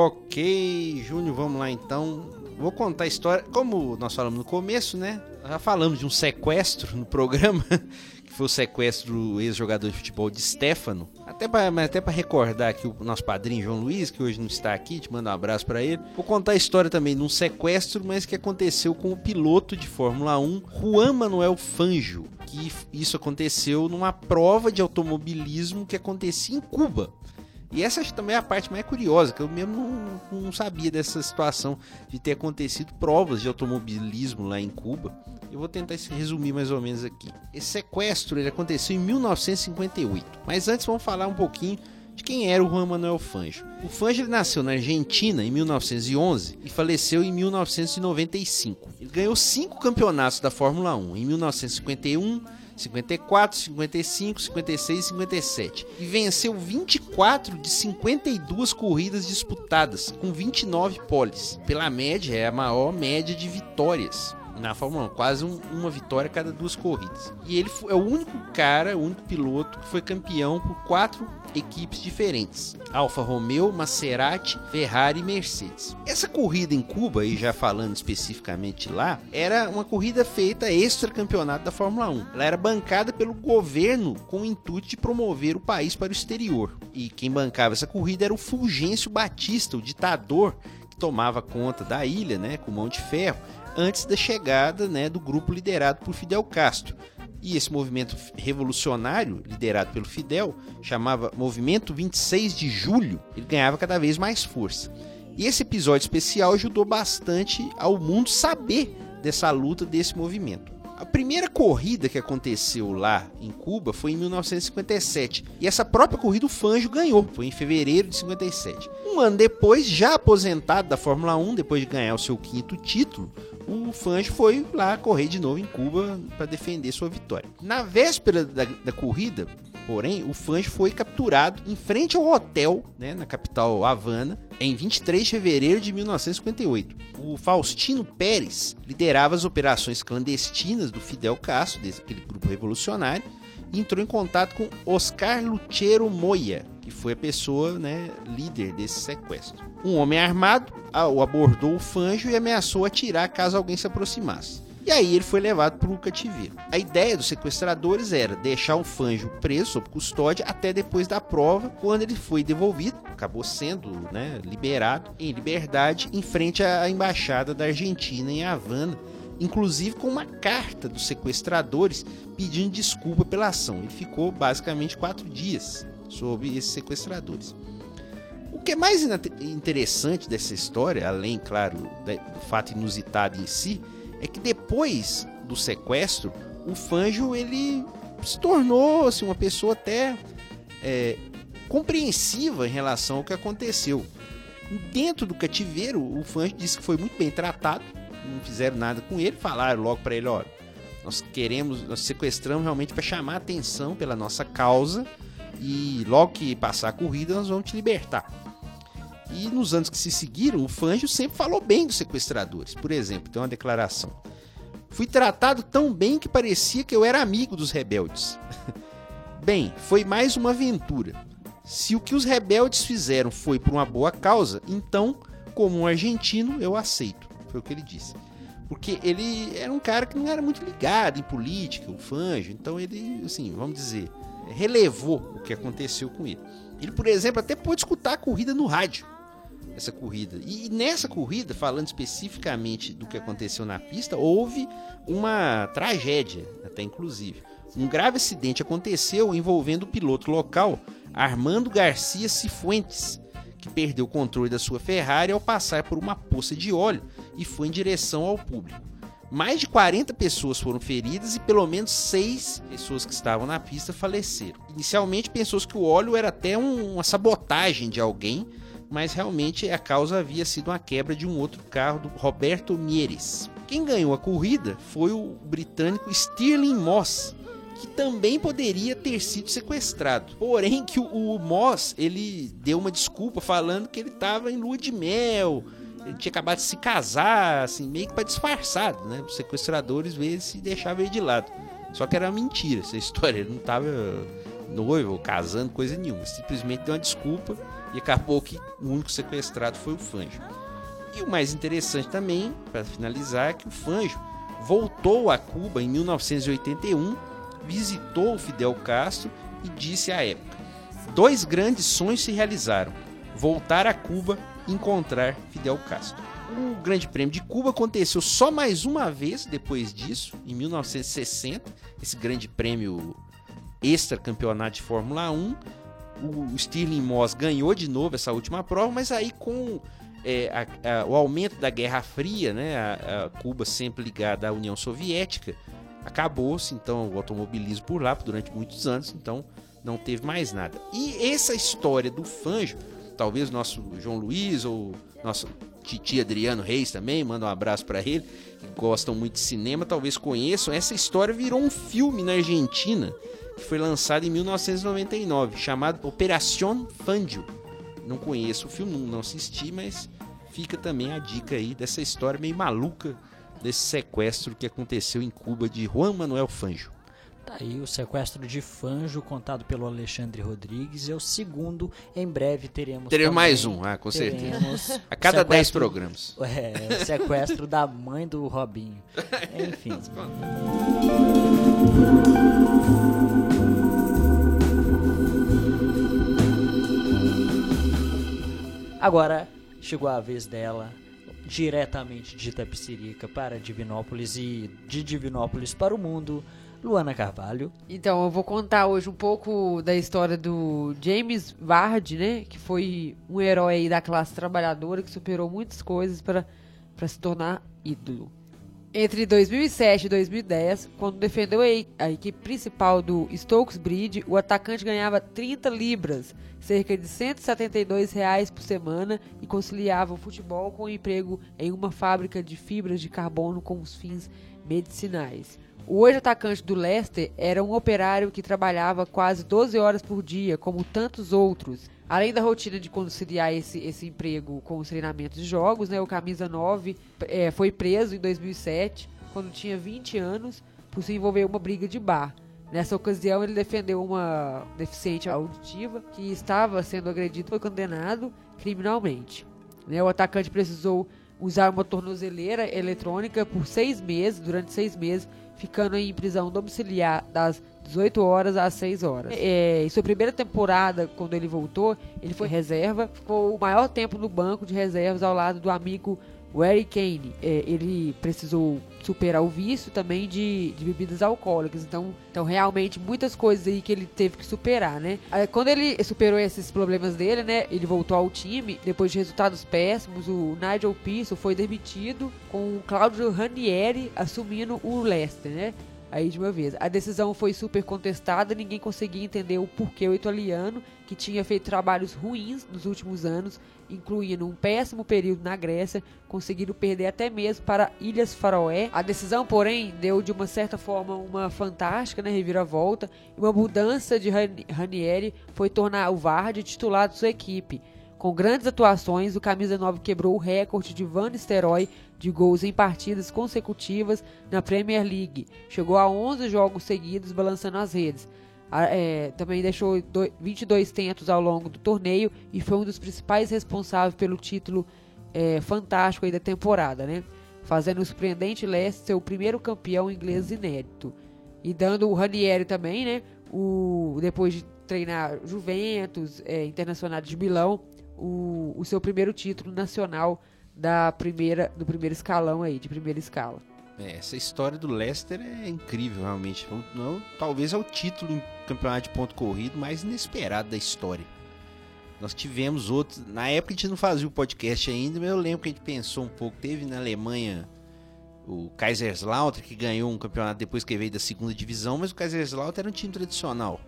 Ok, Júnior, vamos lá então. Vou contar a história, como nós falamos no começo, né? Já falamos de um sequestro no programa, que foi o sequestro do ex-jogador de futebol de Stefano. Até para até para recordar aqui o nosso padrinho João Luiz, que hoje não está aqui, te mando um abraço para ele. Vou contar a história também de um sequestro, mas que aconteceu com o piloto de Fórmula um, Juan Manuel Fangio. Que isso aconteceu numa prova de automobilismo que acontecia em Cuba. E essa também é a parte mais curiosa, que eu mesmo não, não sabia dessa situação de ter acontecido provas de automobilismo lá em Cuba. Eu vou tentar resumir mais ou menos aqui. Esse sequestro ele aconteceu em mil novecentos e cinquenta e oito. Mas antes vamos falar um pouquinho de quem era o Juan Manuel Fangio. O Fangio ele nasceu na Argentina em mil novecentos e onze e faleceu em mil novecentos e noventa e cinco. Ele ganhou cinco campeonatos da Fórmula um em mil novecentos e cinquenta e um, cinquenta e quatro, cinquenta e cinco, cinquenta e seis e cinquenta e sete. E venceu vinte e quatro de cinquenta e duas corridas disputadas, com vinte e nove poles. Pela média, é a maior média de vitórias na Fórmula um, quase um, uma vitória a cada duas corridas. E ele foi, é o único cara, o único piloto que foi campeão por quatro equipes diferentes: Alfa Romeo, Maserati, Ferrari e Mercedes. Essa corrida em Cuba, e já falando especificamente lá, era uma corrida feita extra-campeonato da Fórmula um. Ela era bancada pelo governo com o intuito de promover o país para o exterior. E quem bancava essa corrida era o Fulgêncio Batista, o ditador que tomava conta da ilha, né, com mão de ferro, antes da chegada, né, do grupo liderado por Fidel Castro. E esse movimento revolucionário, liderado pelo Fidel, chamava Movimento vinte e seis de julho, ele ganhava cada vez mais força. E esse episódio especial ajudou bastante ao mundo saber dessa luta, desse movimento. A primeira corrida que aconteceu lá em Cuba foi em mil novecentos e cinquenta e sete, e essa própria corrida o Fangio ganhou, foi em fevereiro de cinquenta e sete. Um ano depois, já aposentado da Fórmula um, depois de ganhar o seu quinto título, o Fangio foi lá correr de novo em Cuba para defender sua vitória. Na véspera da, da corrida, porém, o Fangio foi capturado em frente ao hotel, né, na capital Havana, em vinte e três de fevereiro de mil novecentos e cinquenta e oito. O Faustino Pérez liderava as operações clandestinas do Fidel Castro, daquele grupo revolucionário, e entrou em contato com Oscar Lucero Moya, que foi a pessoa, né, líder desse sequestro. Um homem armado o abordou o Fangio e ameaçou atirar caso alguém se aproximasse. E aí ele foi levado para o cativeiro. A ideia dos sequestradores era deixar o Fangio preso sob custódia até depois da prova, quando ele foi devolvido, acabou sendo, né, liberado em liberdade em frente à embaixada da Argentina em Havana, inclusive com uma carta dos sequestradores pedindo desculpa pela ação. Ele ficou basicamente quatro dias sob esses sequestradores. O que é mais interessante dessa história, além, claro, do fato inusitado em si, é que depois do sequestro, o Fangio ele se tornou assim, uma pessoa até é, compreensiva em relação ao que aconteceu. Dentro do cativeiro, o Fangio disse que foi muito bem tratado, não fizeram nada com ele, falaram logo para ele: olha, nós queremos, nós sequestramos realmente para chamar a atenção pela nossa causa, e logo que passar a corrida nós vamos te libertar. E nos anos que se seguiram, o Fangio sempre falou bem dos sequestradores. Por exemplo, tem uma declaração: fui tratado tão bem que parecia que eu era amigo dos rebeldes. Bem, foi mais uma aventura. Se o que os rebeldes fizeram foi por uma boa causa, então, como um argentino, eu aceito. Foi o que ele disse. Porque ele era um cara que não era muito ligado em política, o Fangio. Então ele, assim, vamos dizer, relevou o que aconteceu com ele. Ele, por exemplo, até pôde escutar a corrida no rádio. Essa corrida. E nessa corrida, falando especificamente do que aconteceu na pista, houve uma tragédia, até inclusive. Um grave acidente aconteceu envolvendo o piloto local, Armando Garcia Cifuentes, que perdeu o controle da sua Ferrari ao passar por uma poça de óleo e foi em direção ao público. Mais de quarenta pessoas foram feridas e pelo menos seis pessoas que estavam na pista faleceram. Inicialmente pensou-se que o óleo era até um, uma sabotagem de alguém, mas realmente a causa havia sido uma quebra de um outro carro do Roberto Mieres. Quem ganhou a corrida foi o britânico Stirling Moss, que também poderia ter sido sequestrado. Porém, que o, o Moss, ele deu uma desculpa falando que ele estava em lua de mel, ele tinha acabado de se casar, assim, meio que para disfarçar, né? Os sequestradores vezes se deixavam ele de lado. Só que era mentira essa história, ele não estava noivo ou casando, coisa nenhuma. Simplesmente deu uma desculpa e acabou que o único sequestrado foi o Fangio. E o mais interessante também, para finalizar, é que o Fangio voltou a Cuba em mil novecentos e oitenta e um, visitou o Fidel Castro e disse à época: dois grandes sonhos se realizaram, voltar a Cuba e encontrar Fidel Castro. O Grande Prêmio de Cuba aconteceu só mais uma vez depois disso, em mil novecentos e sessenta, esse grande prêmio extra campeonato de Fórmula um. O Stirling Moss ganhou de novo essa última prova, mas aí com é, a, a, o aumento da Guerra Fria, né, a, a Cuba sempre ligada à União Soviética, acabou-se então o automobilismo por lá durante muitos anos, então não teve mais nada. E essa história do Fangio, talvez o nosso João Luiz ou nosso Titi Adriano Reis também, manda um abraço para ele, que gostam muito de cinema, talvez conheçam. Essa história virou um filme na Argentina, que foi lançado em mil novecentos e noventa e nove, chamado Operación Fangio. Não conheço o filme, não assisti, mas fica também a dica aí dessa história meio maluca desse sequestro que aconteceu em Cuba de Juan Manuel Fangio. Tá aí o sequestro de Fangio, contado pelo Alexandre Rodrigues, é o segundo. Em breve teremos Teremos também, mais um, ah, com teremos certeza. A cada dez programas. É, sequestro da mãe do Robinho. Enfim. Agora chegou a vez dela, diretamente de Itapecerica para Divinópolis e de Divinópolis para o mundo, Luana Carvalho. Então, eu vou contar hoje um pouco da história do James Vardy, né? Que foi um herói aí da classe trabalhadora que superou muitas coisas para, para se tornar ídolo. Entre dois mil e sete e dois mil e dez, quando defendeu a equipe principal do Stokes Bridge, o atacante ganhava trinta libras, cerca de cento e setenta e dois reais por semana, e conciliava o futebol com o emprego em uma fábrica de fibras de carbono com os fins medicinais. O hoje atacante do Leicester era um operário que trabalhava quase doze horas por dia, como tantos outros. Além da rotina de conciliar esse, esse emprego com os treinamentos de jogos, né, o camisa nove é, foi preso em dois mil e sete, quando tinha vinte anos, por se envolver em uma briga de bar. Nessa ocasião, ele defendeu uma deficiente auditiva que estava sendo agredido e foi condenado criminalmente. Né, o atacante precisou usar uma tornozeleira eletrônica por seis meses, durante seis meses, ficando em prisão domiciliar das dezoito horas às seis horas. É, em sua primeira temporada, quando ele voltou, ele foi reserva, ficou o maior tempo no banco de reservas ao lado do amigo Harry Kane. É, ele precisou superar o vício também de, de bebidas alcoólicas, então, então realmente muitas coisas aí que ele teve que superar, né? Quando ele superou esses problemas dele, né, ele voltou ao time, depois de resultados péssimos, o Nigel Pearson foi demitido, com o Claudio Ranieri assumindo o Leicester, né? Aí de uma vez. A decisão foi super contestada, ninguém conseguia entender o porquê o italiano, que tinha feito trabalhos ruins nos últimos anos, incluindo um péssimo período na Grécia, conseguiram perder até mesmo para Ilhas Faroé. A decisão, porém, deu de uma certa forma uma fantástica, né, reviravolta, e uma mudança de Ranieri foi tornar o Vardy titular de sua equipe. Com grandes atuações, o camisa nove quebrou o recorde de Van Nistelrooy de gols em partidas consecutivas na Premier League. Chegou a onze jogos seguidos balançando as redes. É, também deixou vinte e dois tentos ao longo do torneio e foi um dos principais responsáveis pelo título é, fantástico aí da temporada, né? Fazendo o surpreendente Leicester ser o primeiro campeão inglês inédito. E dando o Ranieri também, né? O, depois de treinar Juventus, é, Internacional de Milão, O, o seu primeiro título nacional da primeira, do primeiro escalão aí, de primeira escala. É, essa história do Leicester é incrível, realmente. Não, talvez é o título em campeonato de ponto corrido mais inesperado da história. Nós tivemos outros. Na época a gente não fazia o podcast ainda, mas eu lembro que a gente pensou um pouco. Teve na Alemanha o Kaiserslautern, que ganhou um campeonato depois que veio da segunda divisão, mas o Kaiserslautern era um time tradicional.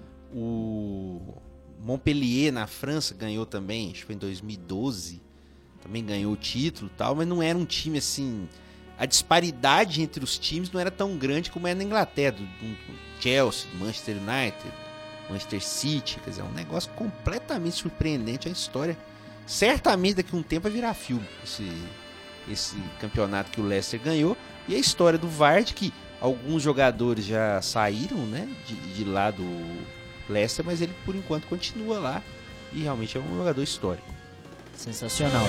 O Montpellier, na França, ganhou também, acho que foi em dois mil e doze, também ganhou o título e tal, mas não era um time assim... a disparidade entre os times não era tão grande como é na Inglaterra, do, do Chelsea, do Manchester United, Manchester City, quer dizer, é um negócio completamente surpreendente a história. Certamente daqui a um tempo vai virar filme esse, esse campeonato que o Leicester ganhou, e a história do Vardy, que alguns jogadores já saíram, né, de, de lá do Leicester, mas ele por enquanto continua lá e realmente é um jogador histórico. Sensacional.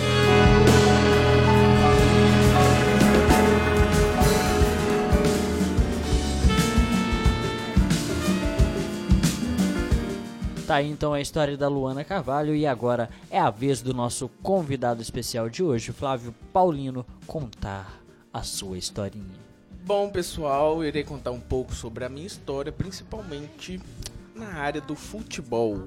Tá aí então a história da Luana Carvalho e agora é a vez do nosso convidado especial de hoje, Flávio Paulino, contar a sua historinha. Bom, pessoal, eu irei contar um pouco sobre a minha história, principalmente na área do futebol.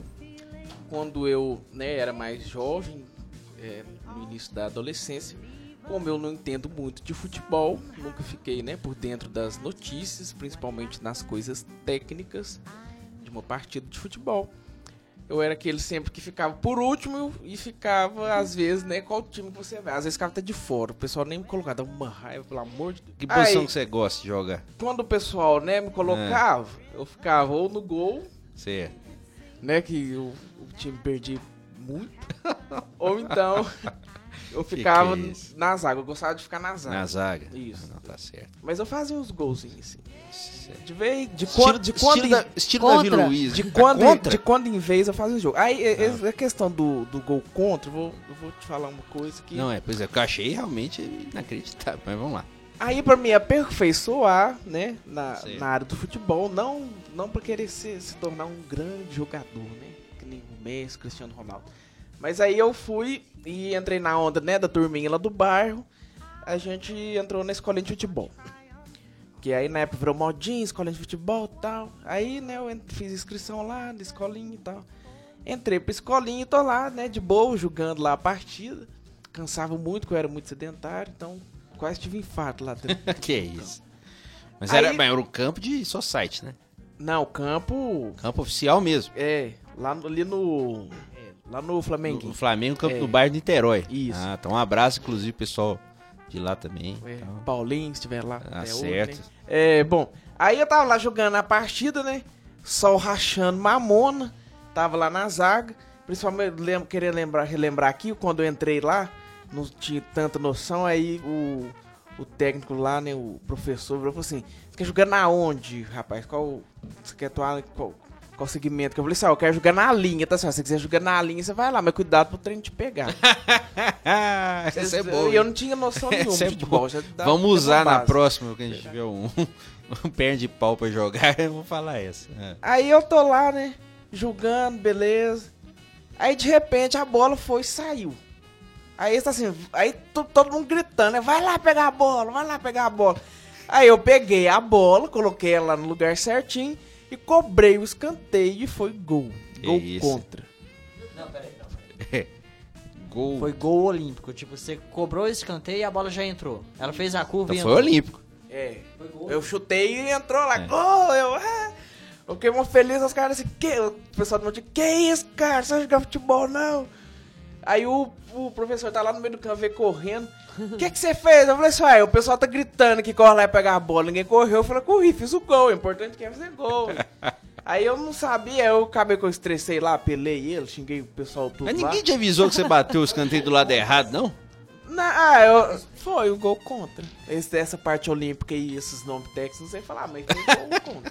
Quando eu, né, era mais jovem, é, no início da adolescência, como eu não entendo muito de futebol, nunca fiquei, né, por dentro das notícias, principalmente nas coisas técnicas de uma partida de futebol. Eu era aquele sempre que ficava por último e ficava, às vezes, né, qual time que você vai. Às vezes ficava até de fora, o pessoal nem me colocava, dava uma raiva, pelo amor de Deus. Que posição Aí, que você gosta de jogar? quando o pessoal, né, me colocava, é. eu ficava ou no gol, Certo. né, que o, o time perdia muito, ou então eu ficava Que que é isso? na zaga, eu gostava de ficar na zaga. Na zaga? Isso. Não, tá certo. Mas eu fazia uns golzinhos, assim. Certo. De vez, de Estilo, quando, de quando, estilo, em- da, estilo Contra. Davi Luiz. de né? quando, Contra? de quando em vez eu fazia o jogo. Aí, é- é a questão do, do gol contra, eu vou, eu vou te falar uma coisa que... Não, é, pois é, que eu achei realmente inacreditável, mas vamos lá. Aí pra me aperfeiçoar, né, na, Sim. na área do futebol, não, não pra querer se, se tornar um grande jogador, né, que nem o Messi, Cristiano Ronaldo. Mas aí eu fui e entrei na onda, né, da turminha lá do bairro, a gente entrou na escolinha de futebol. Que aí na época virou modinha, escolinha de futebol e tal. Aí, né, eu ent- fiz inscrição lá na escolinha e tal. Entrei pra escolinha e tô lá, né, de boa, jogando lá a partida. Cansava muito, porque eu era muito sedentário, então quase tive infarto lá dentro. Que é isso. Mas Aí- era, mas era o campo de society, né? Não, o campo... Campo oficial mesmo. É, lá no- ali no... é, lá no Flamengo. No Flamengo, campo É. do bairro de Niterói. Isso. Ah, então um abraço, inclusive, pessoal de lá também. É, Então, Paulinho, se estiver lá. Ah, até hoje, certo. né? É, bom, aí eu tava lá jogando a partida, né? Sol rachando mamona. Tava lá na zaga. Principalmente, lem queria lembrar, relembrar aqui, quando eu entrei lá, não tinha tanta noção, aí o, o técnico lá, né, o professor, falou assim, você quer jogar na onde, rapaz? Qual, você quer atuar, qual, qual segmento? Que eu falei assim, ah, eu quero jogar na linha, tá assim, se você quiser jogar na linha, você vai lá, mas cuidado pro trem te pegar. Ah, essa é boa. E eu não tinha noção nenhuma Essa é de futebol. boa. já dá- Vamos tem uma usar na base. próxima, que a gente tiver um, um perna de pau pra jogar, eu vou falar essa. É. Aí eu tô lá, né, jogando, beleza. Aí de repente a bola foi e saiu. Aí tá assim, aí to- todo mundo gritando, né? Vai lá pegar a bola, vai lá pegar a bola. Aí eu peguei a bola, coloquei ela no lugar certinho e cobrei o escanteio e foi gol. Que Gol isso. contra. Não, peraí, não. Gol. Foi gol olímpico, tipo, você cobrou o escanteio e a bola já entrou. Ela fez a curva Então e foi entrou. olímpico. É. Foi gol. Eu chutei e entrou lá, É. gol! Eu, ah, eu fiquei muito feliz, os caras assim, que? O pessoal do meu time, que isso, cara? Você vai jogar futebol, não? Aí o, o professor tá lá no meio do campo, veio correndo. O que que você fez? Eu falei assim, ah, o pessoal tá gritando que corre lá e pegar a bola. Ninguém correu. Eu falei, corri, fiz o gol. O importante é fazer gol. Aí eu não sabia, eu acabei que eu estressei lá, apelei ele, xinguei o pessoal tudo Mas lá. ninguém te avisou que você bateu o escanteio do lado errado, não? Na, ah, eu, foi o gol contra. Esse, essa parte olímpica e esses nomes técnicos, não sei falar, mas foi o gol contra.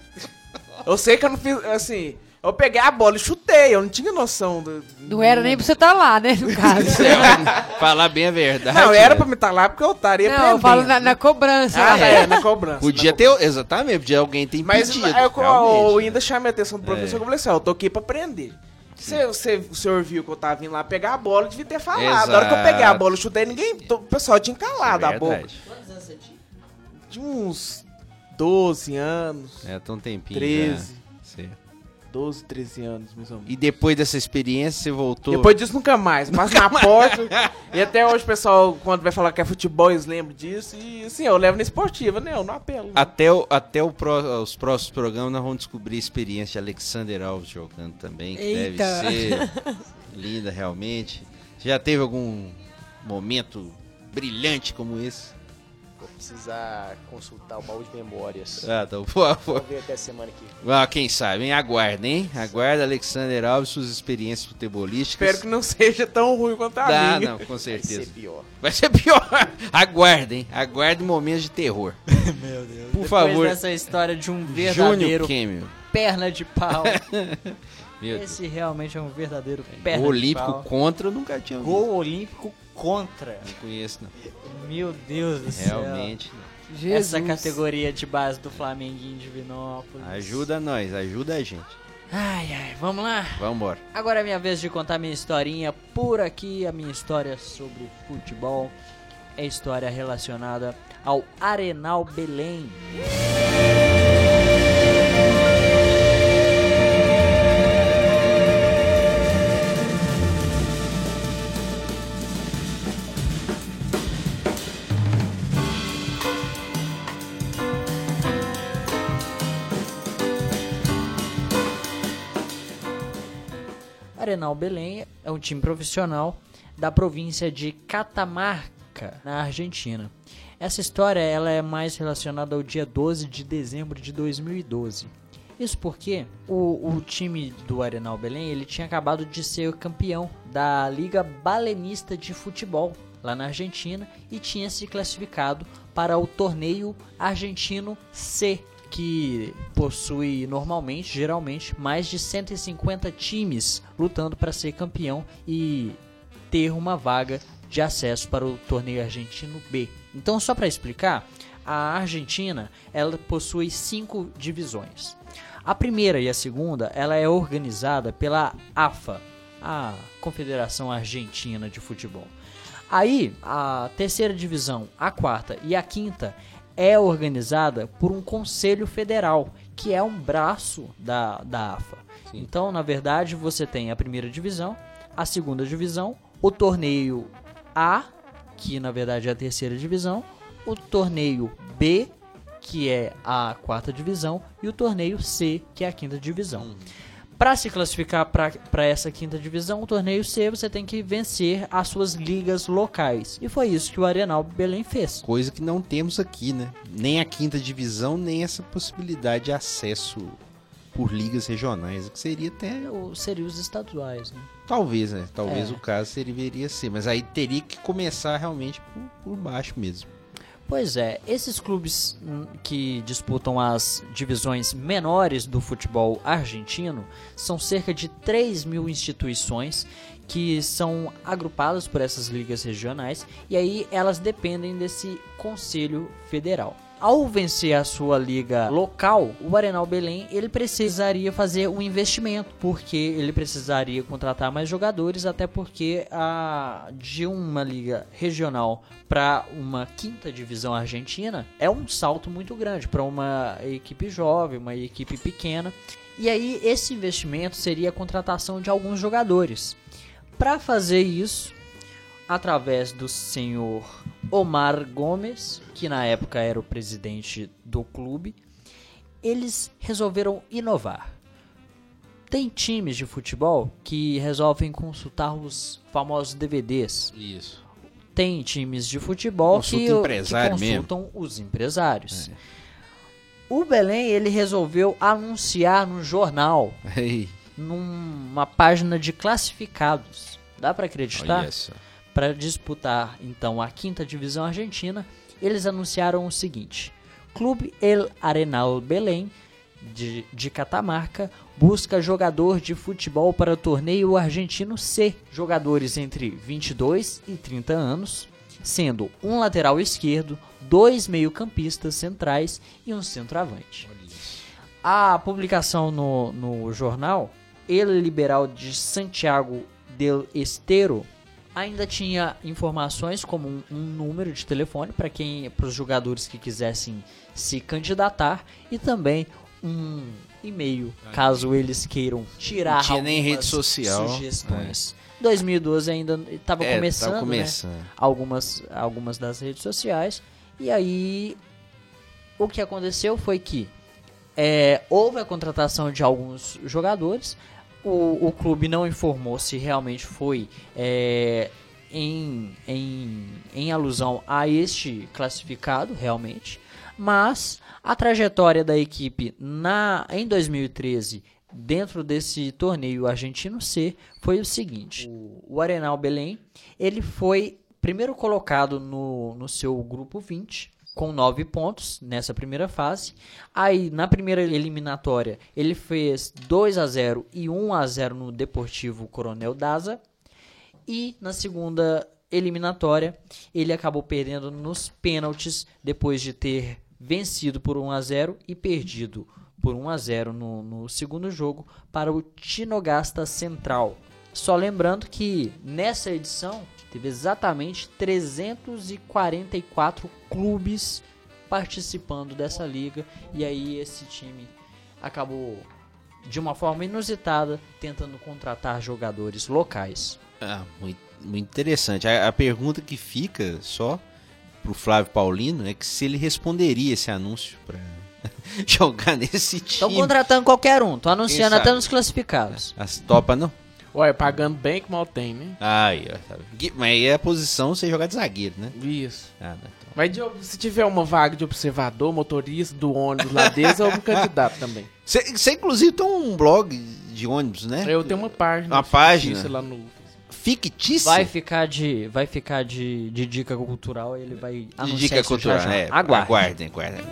Eu sei que eu não fiz, assim, eu peguei a bola e chutei, eu não tinha noção do... Não era nem pra você estar lá, né, no caso. Falar bem a verdade. Não, era né? pra me estar lá porque eu estaria Não, eu falo na, na cobrança. Ah, né? é, na cobrança. Podia na ter, exatamente, podia alguém ter Mas impedido. eu, eu, eu realmente, ainda chamei a atenção do professor, É. que eu falei assim, ó, eu tô aqui pra aprender. Se você, o senhor viu que eu tava vindo lá pegar a bola, eu devia ter falado. Exato. Na hora que eu peguei a bola, eu chutei, ninguém, to- o pessoal tinha calado É a boca. verdade. Quantos anos você tinha? De uns doze anos, É, tem um tempinho. treze, já. Certo. doze, treze anos, mais ou menos. E depois dessa experiência, você voltou. Depois disso, nunca mais. Passa na porta. E até hoje, o pessoal, quando vai falar que é futebol, eles lembram disso. E assim, eu levo na esportiva, né? Eu não apelo. Até, o, até o pró- os próximos programas nós vamos descobrir a experiência de Alexander Alves jogando também, que Eita. deve ser linda realmente. Já teve algum momento brilhante como esse? Vou precisar consultar o baú de memórias. Ah, então, por favor. Vamos ver até semana aqui. Ah, quem sabe, hein? Aguarda, hein? Aguarda, Alexander Alves, suas experiências futebolísticas. Espero que não seja tão ruim quanto a Dá, minha. não, com certeza. Vai ser pior. Vai ser pior. Aguardem, aguardem momentos de terror. Meu Deus. Por Depois favor. dessa história de um Júnior verdadeiro Kemio. perna de pau. Meu Deus. Esse realmente é um verdadeiro O perna Olímpico de pau. contra eu nunca tinha visto. Gol olímpico contra. Não conheço, não. Meu Deus do céu. Realmente não. Jesus. Essa categoria de base do Flamenguinho de Vinópolis. Ajuda nós, ajuda a gente. Ai, ai, vamos lá. Vamos embora. Agora é minha vez de contar minha historinha por aqui. A minha história sobre futebol é história relacionada ao Arenal Belém. Arenal Belém é um time profissional da província de Catamarca, na Argentina. Essa história ela é mais relacionada ao dia doze de dezembro de dois mil e doze. Isso porque o, o time do Arenal Belém ele tinha acabado de ser campeão da Liga Balenista de Futebol lá na Argentina e tinha se classificado para o torneio argentino C, que possui normalmente, geralmente, mais de cento e cinquenta times lutando para ser campeão e ter uma vaga de acesso para o torneio argentino B. Então, só para explicar, a Argentina ela possui cinco divisões. A primeira e a segunda ela é organizada pela A F A, a Confederação Argentina de Futebol. Aí, a terceira divisão, a quarta e a quinta é organizada por um conselho federal, que é um braço da, da A F A. Sim. Então, na verdade, você tem a primeira divisão, a segunda divisão, o torneio A, que na verdade é a terceira divisão, o torneio B, que é a quarta divisão, e o torneio C, que é a quinta divisão. Hum. Para se classificar para essa quinta divisão, o torneio C, você tem que vencer as suas ligas locais. E foi isso que o Arenal Belém fez. Coisa que não temos aqui, né? Nem a quinta divisão, nem essa possibilidade de acesso por ligas regionais, que seria até... Ou seria os estaduais, né? Talvez, né? Talvez É. o caso deveria ser, mas aí teria que começar realmente por, por baixo mesmo. Pois é, esses clubes hum, que disputam as divisões menores do futebol argentino são cerca de três mil instituições que são agrupadas por essas ligas regionais e aí elas dependem desse Conselho Federal. Ao vencer a sua liga local, o Arenal Belém ele precisaria fazer um investimento, porque ele precisaria contratar mais jogadores, até porque a, de uma liga regional para uma quinta divisão argentina é um salto muito grande para uma equipe jovem, uma equipe pequena. E aí esse investimento seria a contratação de alguns jogadores. Para fazer isso, através do senhor Omar Gomes, que na época era o presidente do clube, eles resolveram inovar. Tem times de futebol que resolvem consultar os famosos D V Ds. Isso. Tem times de futebol que, que consultam mesmo. Os empresários. É. O Belém ele resolveu anunciar no jornal, Ei. numa página de classificados. Dá para acreditar? Para disputar então a quinta divisão argentina, eles anunciaram o seguinte: Clube El Arenal Belém de, de Catamarca busca jogador de futebol para o torneio argentino C, jogadores entre vinte e dois e trinta anos, sendo um lateral esquerdo, dois meio-campistas centrais e um centroavante. A publicação no, no jornal El Liberal de Santiago del Estero ainda tinha informações como um, um número de telefone para quem, para os jogadores que quisessem se candidatar e também um e-mail caso eles queiram tirar não tinha nem rede social. Sugestões. É. dois mil e doze ainda estava é, começando, começando. Né? Algumas, algumas das redes sociais e aí o que aconteceu foi que é, houve a contratação de alguns jogadores. O, o clube não informou se realmente foi é, em, em, em alusão a este classificado, realmente. Mas a trajetória da equipe na, em dois mil e treze, dentro desse torneio argentino C, foi o seguinte. O, o Arenal Belém, ele foi primeiro colocado no, no seu grupo vinte, com nove pontos nessa primeira fase. Aí, na primeira eliminatória, ele fez dois a zero e um a zero no Deportivo Coronel Daza. E na segunda eliminatória, ele acabou perdendo nos pênaltis, depois de ter vencido por um a zero e perdido por um a zero no, no segundo jogo para o Tinogasta Central. Só lembrando que nessa edição teve exatamente trezentos e quarenta e quatro clubes participando dessa liga, e aí esse time acabou, de uma forma inusitada, tentando contratar jogadores locais. Ah, muito, muito interessante. A, a pergunta que fica só pro Flávio Paulino é que se ele responderia esse anúncio para jogar nesse time. Estão contratando qualquer um, estão anunciando até sabe? nos classificados. As topa não? Ué, pagando bem que mal tem, né? Ai, mas aí é a posição você jogar de zagueiro, né? Isso. Ah, não, então. Mas de- se tiver uma vaga de observador, motorista do ônibus lá deles, é um candidato também. Você, você inclusive tem um blog de ônibus, né? Eu tenho uma página. Uma página? fictícia lá no... Fictícia? Vai ficar de, vai ficar de, de dica cultural, ele vai de anunciar dica isso cultural, já já. né? Aguardem. Aguardem, aguardem.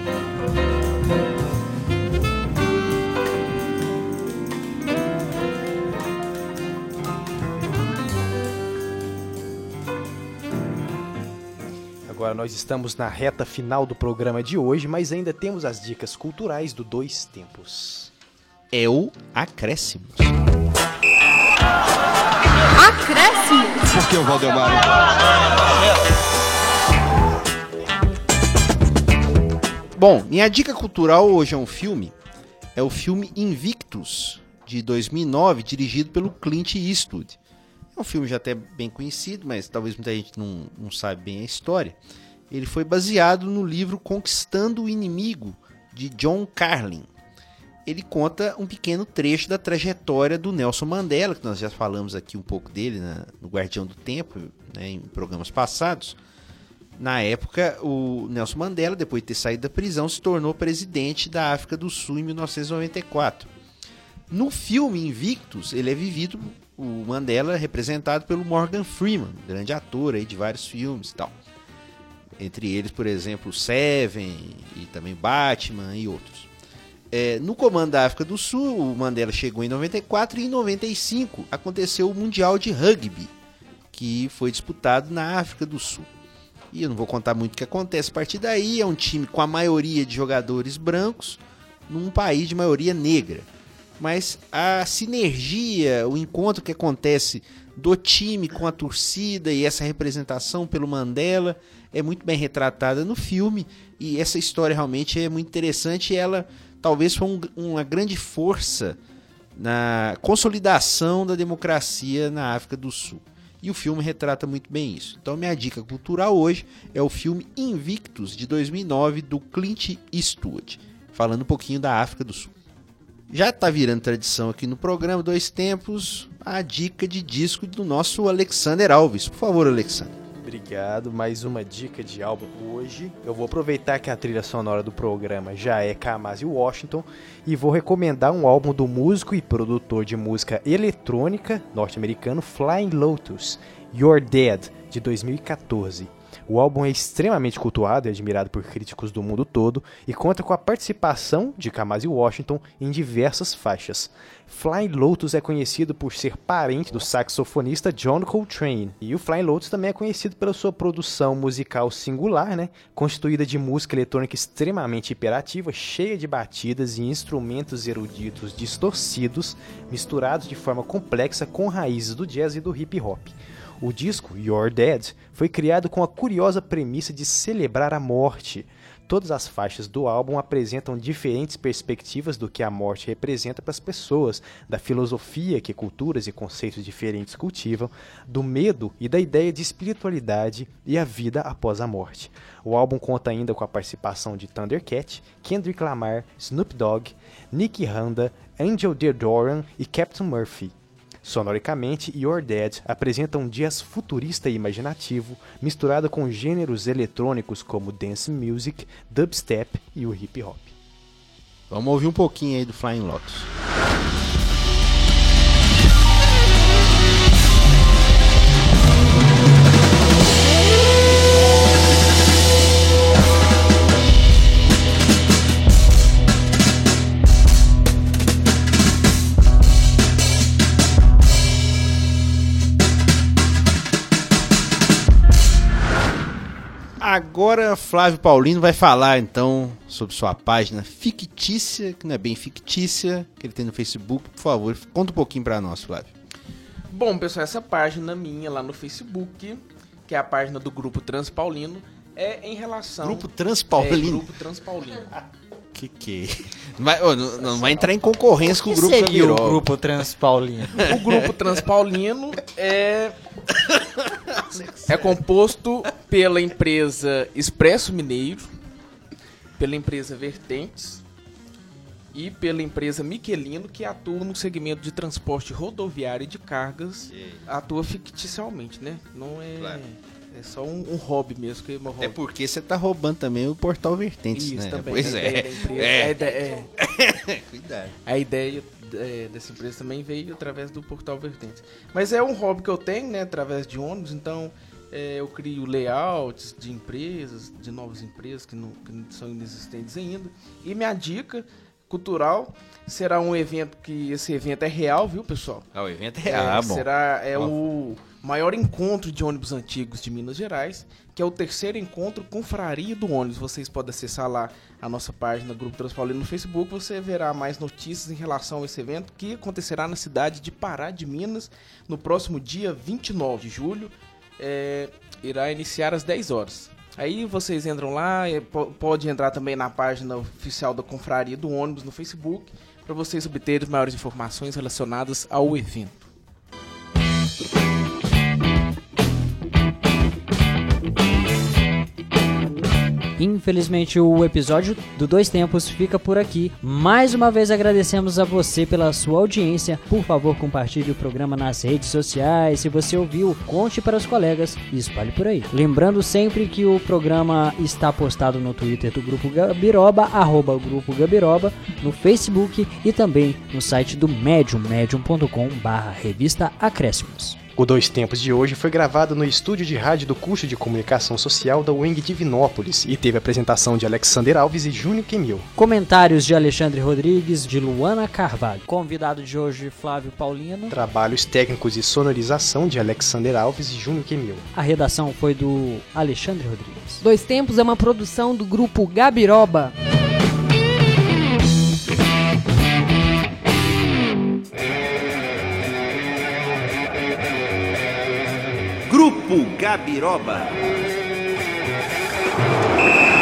Agora nós estamos na reta final do programa de hoje, mas ainda temos as dicas culturais do Dois Tempos. É o Acréscimo. Acréscimo. Por que o Valdemar? Bom, minha dica cultural hoje é um filme. É o filme Invictus, de dois mil e nove, dirigido pelo Clint Eastwood. É um filme já até bem conhecido, mas talvez muita gente não, não sabe bem a história. Ele foi baseado no livro Conquistando o Inimigo, de John Carlin. Ele conta um pequeno trecho da trajetória do Nelson Mandela, que nós já falamos aqui um pouco dele na, no Guardião do Tempo, né, em programas passados. Na época, o Nelson Mandela, depois de ter saído da prisão, se tornou presidente da África do Sul em mil novecentos e noventa e quatro. No filme Invictus, ele é vivido, o Mandela é representado pelo Morgan Freeman, grande ator aí de vários filmes e tal. Entre eles, por exemplo, Seven e também Batman e outros. É, no comando da África do Sul, o Mandela chegou em noventa e quatro e em noventa e cinco aconteceu o Mundial de Rugby, que foi disputado na África do Sul. E eu não vou contar muito o que acontece a partir daí. É um time com a maioria de jogadores brancos num país de maioria negra. Mas a sinergia, o encontro que acontece do time com a torcida e essa representação pelo Mandela é muito bem retratada no filme. E essa história realmente é muito interessante. E ela talvez foi um, uma grande força na consolidação da democracia na África do Sul. E o filme retrata muito bem isso. Então minha dica cultural hoje é o filme Invictus, de dois mil e nove, do Clint Eastwood, falando um pouquinho da África do Sul. Já está virando tradição aqui no programa Dois Tempos, a dica de disco do nosso Alexander Alves. Por favor, Alexander. Obrigado, mais uma dica de álbum hoje. Eu vou aproveitar que a trilha sonora do programa já é Kamasi Washington e vou recomendar um álbum do músico e produtor de música eletrônica norte-americano Flying Lotus, You're Dead, de dois mil e quatorze. O álbum é extremamente cultuado e admirado por críticos do mundo todo e conta com a participação de Kamasi Washington em diversas faixas. Flying Lotus é conhecido por ser parente do saxofonista John Coltrane, e o Flying Lotus também é conhecido pela sua produção musical singular, né, constituída de música eletrônica extremamente hiperativa, cheia de batidas e instrumentos eruditos distorcidos, misturados de forma complexa com raízes do jazz e do hip hop. O disco, You're Dead, foi criado com a curiosa premissa de celebrar a morte. Todas as faixas do álbum apresentam diferentes perspectivas do que a morte representa para as pessoas, da filosofia que culturas e conceitos diferentes cultivam, do medo e da ideia de espiritualidade e a vida após a morte. O álbum conta ainda com a participação de Thundercat, Kendrick Lamar, Snoop Dogg, Nicky Honda, Angel Deodoran e Captain Murphy. Sonoricamente, You're Dead apresenta um jazz futurista e imaginativo, misturado com gêneros eletrônicos como dance music, dubstep e o hip hop. Vamos ouvir um pouquinho aí do Flying Lotus. Agora Flávio Paulino vai falar então sobre sua página fictícia, que não é bem fictícia, que ele tem no Facebook. Por favor, conta um pouquinho pra nós, Flávio. Bom, pessoal, essa página minha lá no Facebook, que é a página do Grupo Transpaulino, é em relação... Grupo Transpaulino? É, Grupo Transpaulino. Que que... Não vai, oh, não, não vai entrar em concorrência com o Grupo seria Gabiroba. o Grupo Transpaulino? O Grupo Transpaulino é... é composto pela empresa Expresso Mineiro, pela empresa Vertentes e pela empresa Michelino, que atua no segmento de transporte rodoviário e de cargas. E... atua ficticiamente, né? Não é... Claro. É só um, um hobby mesmo. Que é, hobby. É porque você tá roubando também o Portal Vertentes, Isso, né? Também, pois é. é. A ideia, é. Cuidado. A ideia é, dessa empresa também veio através do Portal Vertentes. Mas é um hobby que eu tenho, né? Através de ônibus, então é, eu crio layouts de empresas, de novas empresas que não, que não são inexistentes ainda. E minha dica cultural será um evento que... Esse evento é real, viu, pessoal? Ah, o evento é real, é, ah, bom. Será é oh. o maior encontro de ônibus antigos de Minas Gerais, que é o terceiro encontro Confraria do Ônibus. Vocês podem acessar lá a nossa página Grupo Transpaulino no Facebook, você verá mais notícias em relação a esse evento, que acontecerá na cidade de Pará de Minas, no próximo dia vinte e nove de julho, é, irá iniciar às dez horas. Aí vocês entram lá, pode entrar também na página oficial da Confraria do Ônibus no Facebook, para vocês obterem maiores informações relacionadas ao evento. Infelizmente o episódio do Dois Tempos fica por aqui. Mais uma vez agradecemos a você pela sua audiência. Por favor, compartilhe o programa nas redes sociais. Se você ouviu, conte para os colegas e espalhe por aí. Lembrando sempre que o programa está postado no Twitter do Grupo Gabiroba, arroba Grupo Gabiroba, no Facebook e também no site do Medium, medium ponto com barra revista Acréscimos. O Dois Tempos de hoje foi gravado no estúdio de rádio do curso de comunicação social da U E N G Divinópolis e teve a apresentação de Alexander Alves e Júnior Quemil. Comentários de Alexandre Rodrigues, de Luana Carvalho. Convidado de hoje, Flávio Paulino. Trabalhos técnicos e sonorização de Alexander Alves e Júnior Quemil. A redação foi do Alexandre Rodrigues. Dois Tempos é uma produção do Grupo Gabiroba. Grupo Gabiroba.